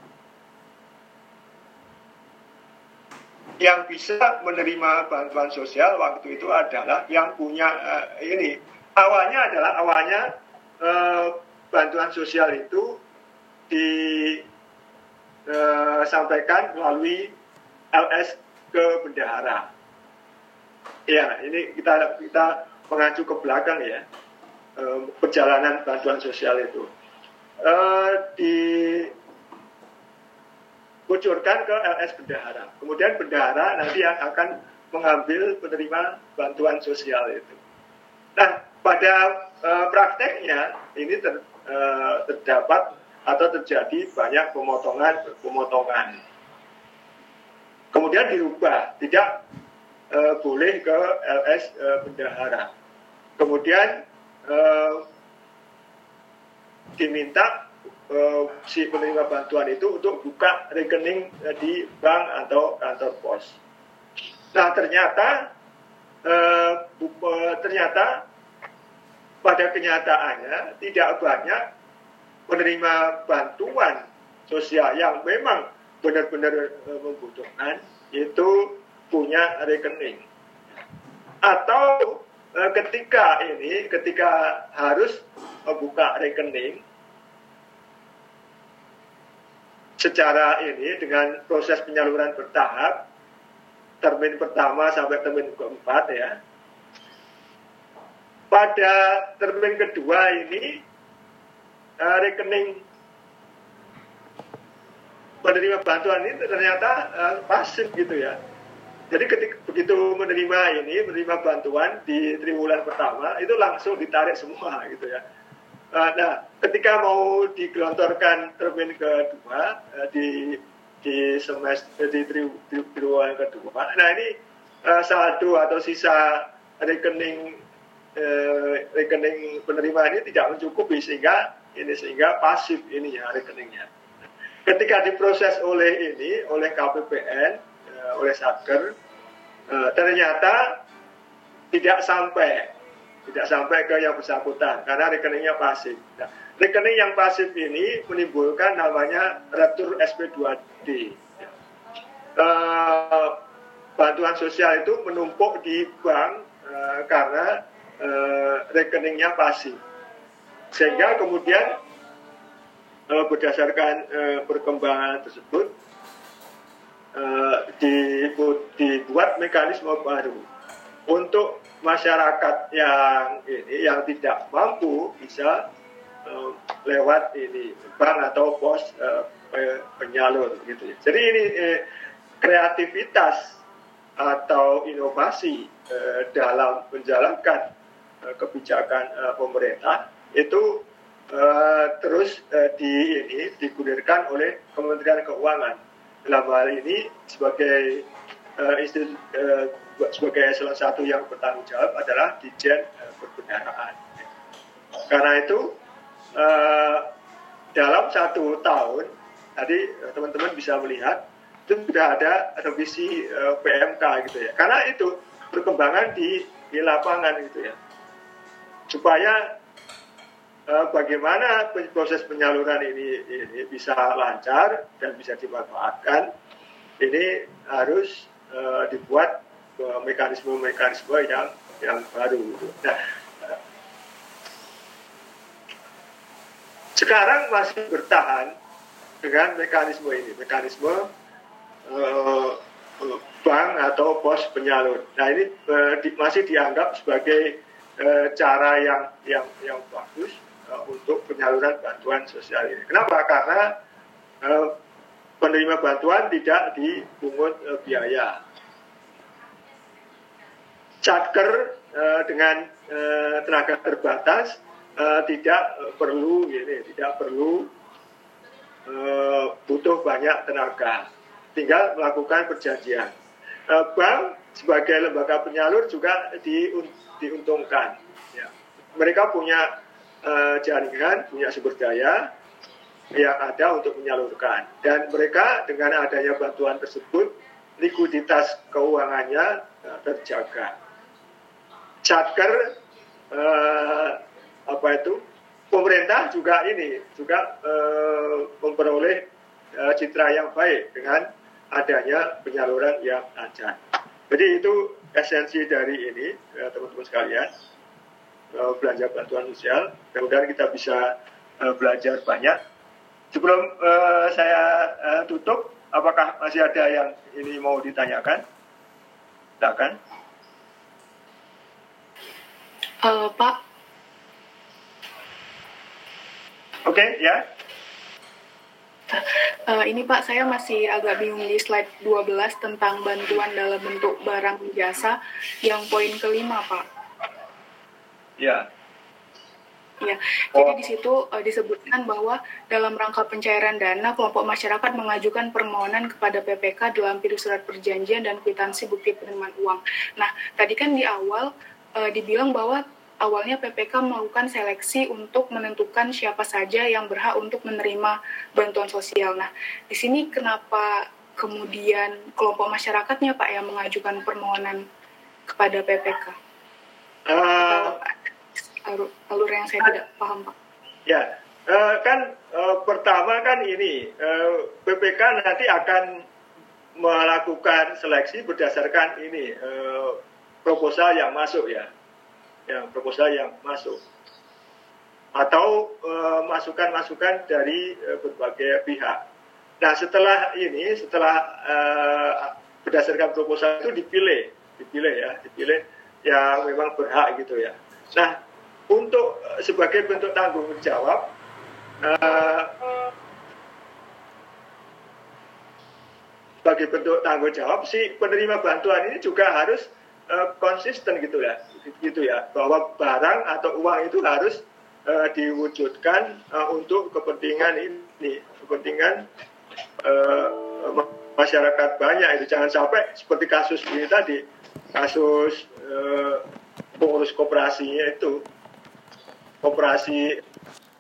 yang bisa menerima bantuan sosial waktu itu adalah yang punya ini. Awalnya bantuan sosial itu disampaikan melalui LS ke bendahara. Ya, ini kita mengacu ke belakang ya, perjalanan bantuan sosial itu dikucurkan ke LS bendahara. Kemudian bendahara nanti yang akan mengambil penerima bantuan sosial itu. Nah, pada prakteknya ini terdapat atau terjadi banyak pemotongan. Kemudian dirubah, tidak boleh ke LS bendahara. Kemudian diminta si penerima bantuan itu untuk buka rekening di bank atau kantor pos. Nah, ternyata pada kenyataannya tidak banyak penerima bantuan sosial yang memang benar-benar membutuhkan itu punya rekening. Atau ketika harus membuka rekening secara ini dengan proses penyaluran bertahap, termin pertama sampai termin keempat ya. Pada termin kedua ini rekening penerima bantuan ini ternyata pasif gitu ya. Jadi begitu menerima bantuan di triwulan pertama itu langsung ditarik semua gitu ya. Nah, ketika mau digelontorkan termin kedua di semester di triwulan kedua, nah ini saldo atau sisa rekening penerima ini tidak mencukupi sehingga pasif ini ya rekeningnya. Ketika diproses oleh KPPN, oleh Satker, ternyata tidak sampai ke yang bersangkutan karena rekeningnya pasif. Nah, rekening yang pasif ini menimbulkan namanya retur SP2D. Bantuan sosial itu menumpuk di bank karena rekeningnya pasif. Sehingga kemudian berdasarkan perkembangan tersebut dibuat mekanisme baru untuk masyarakat yang tidak mampu bisa lewat ini bank atau pos penyalur gitu ya. Jadi ini kreativitas atau inovasi dalam menjalankan kebijakan pemerintah itu terus digulirkan oleh Kementerian Keuangan. Dalam hal ini sebagai sebagai salah satu yang bertanggung jawab adalah Ditjen Perbendaharaan. Karena itu dalam 1 tahun tadi teman-teman bisa melihat itu sudah ada revisi PMK gitu ya. Karena itu perkembangan di lapangan gitu ya. Supaya bagaimana proses penyaluran ini bisa lancar dan bisa dimanfaatkan, ini harus dibuat mekanisme-mekanisme yang baru. Nah, sekarang masih bertahan dengan mekanisme ini, mekanisme bank atau pos penyalur. Nah, ini masih dianggap sebagai cara yang bagus untuk penyaluran bantuan sosial ini. Kenapa? Karena penerima bantuan tidak dipungut biaya. Satker dengan tenaga terbatas tidak perlu butuh banyak tenaga, tinggal melakukan perjanjian. Bank sebagai lembaga penyalur juga diuntungkan. Ya. Mereka punya jaringan, punya sumber daya yang ada untuk menyalurkan, dan mereka dengan adanya bantuan tersebut likuiditas keuangannya terjaga. Satker pemerintah juga memperoleh citra yang baik dengan adanya penyaluran yang lancar. Jadi itu esensi dari ini, teman-teman sekalian, belanja bantuan sosial. Mudah-mudahan kita bisa belajar banyak. Sebelum saya tutup, apakah masih ada yang ini mau ditanyakan? Silakan. Pak. Oke, ya. Ini Pak, saya masih agak bingung di slide 12 tentang bantuan dalam bentuk barang jasa yang poin kelima, Pak. Ya. Ya, jadi di situ disebutkan bahwa dalam rangka pencairan dana, kelompok masyarakat mengajukan permohonan kepada PPK dilampiri surat perjanjian dan kwitansi bukti penerimaan uang. Nah, tadi kan di awal dibilang bahwa awalnya PPK melakukan seleksi untuk menentukan siapa saja yang berhak untuk menerima bantuan sosial. Nah, di sini kenapa kemudian kelompok masyarakatnya Pak yang mengajukan permohonan kepada PPK? Alur yang saya tidak paham, Pak. Ya, pertama kan ini PPK nanti akan melakukan seleksi berdasarkan ini proposal yang masuk ya. Proposal yang masuk atau masukan-masukan dari berbagai pihak. Nah setelah berdasarkan proposal itu dipilih yang memang berhak gitu ya. Nah untuk sebagai bentuk tanggung jawab si penerima bantuan ini juga harus konsisten gitu ya bahwa barang atau uang itu harus diwujudkan untuk kepentingan masyarakat banyak. Itu jangan sampai seperti kasus ini tadi, kasus pengurus koperasinya itu, koperasi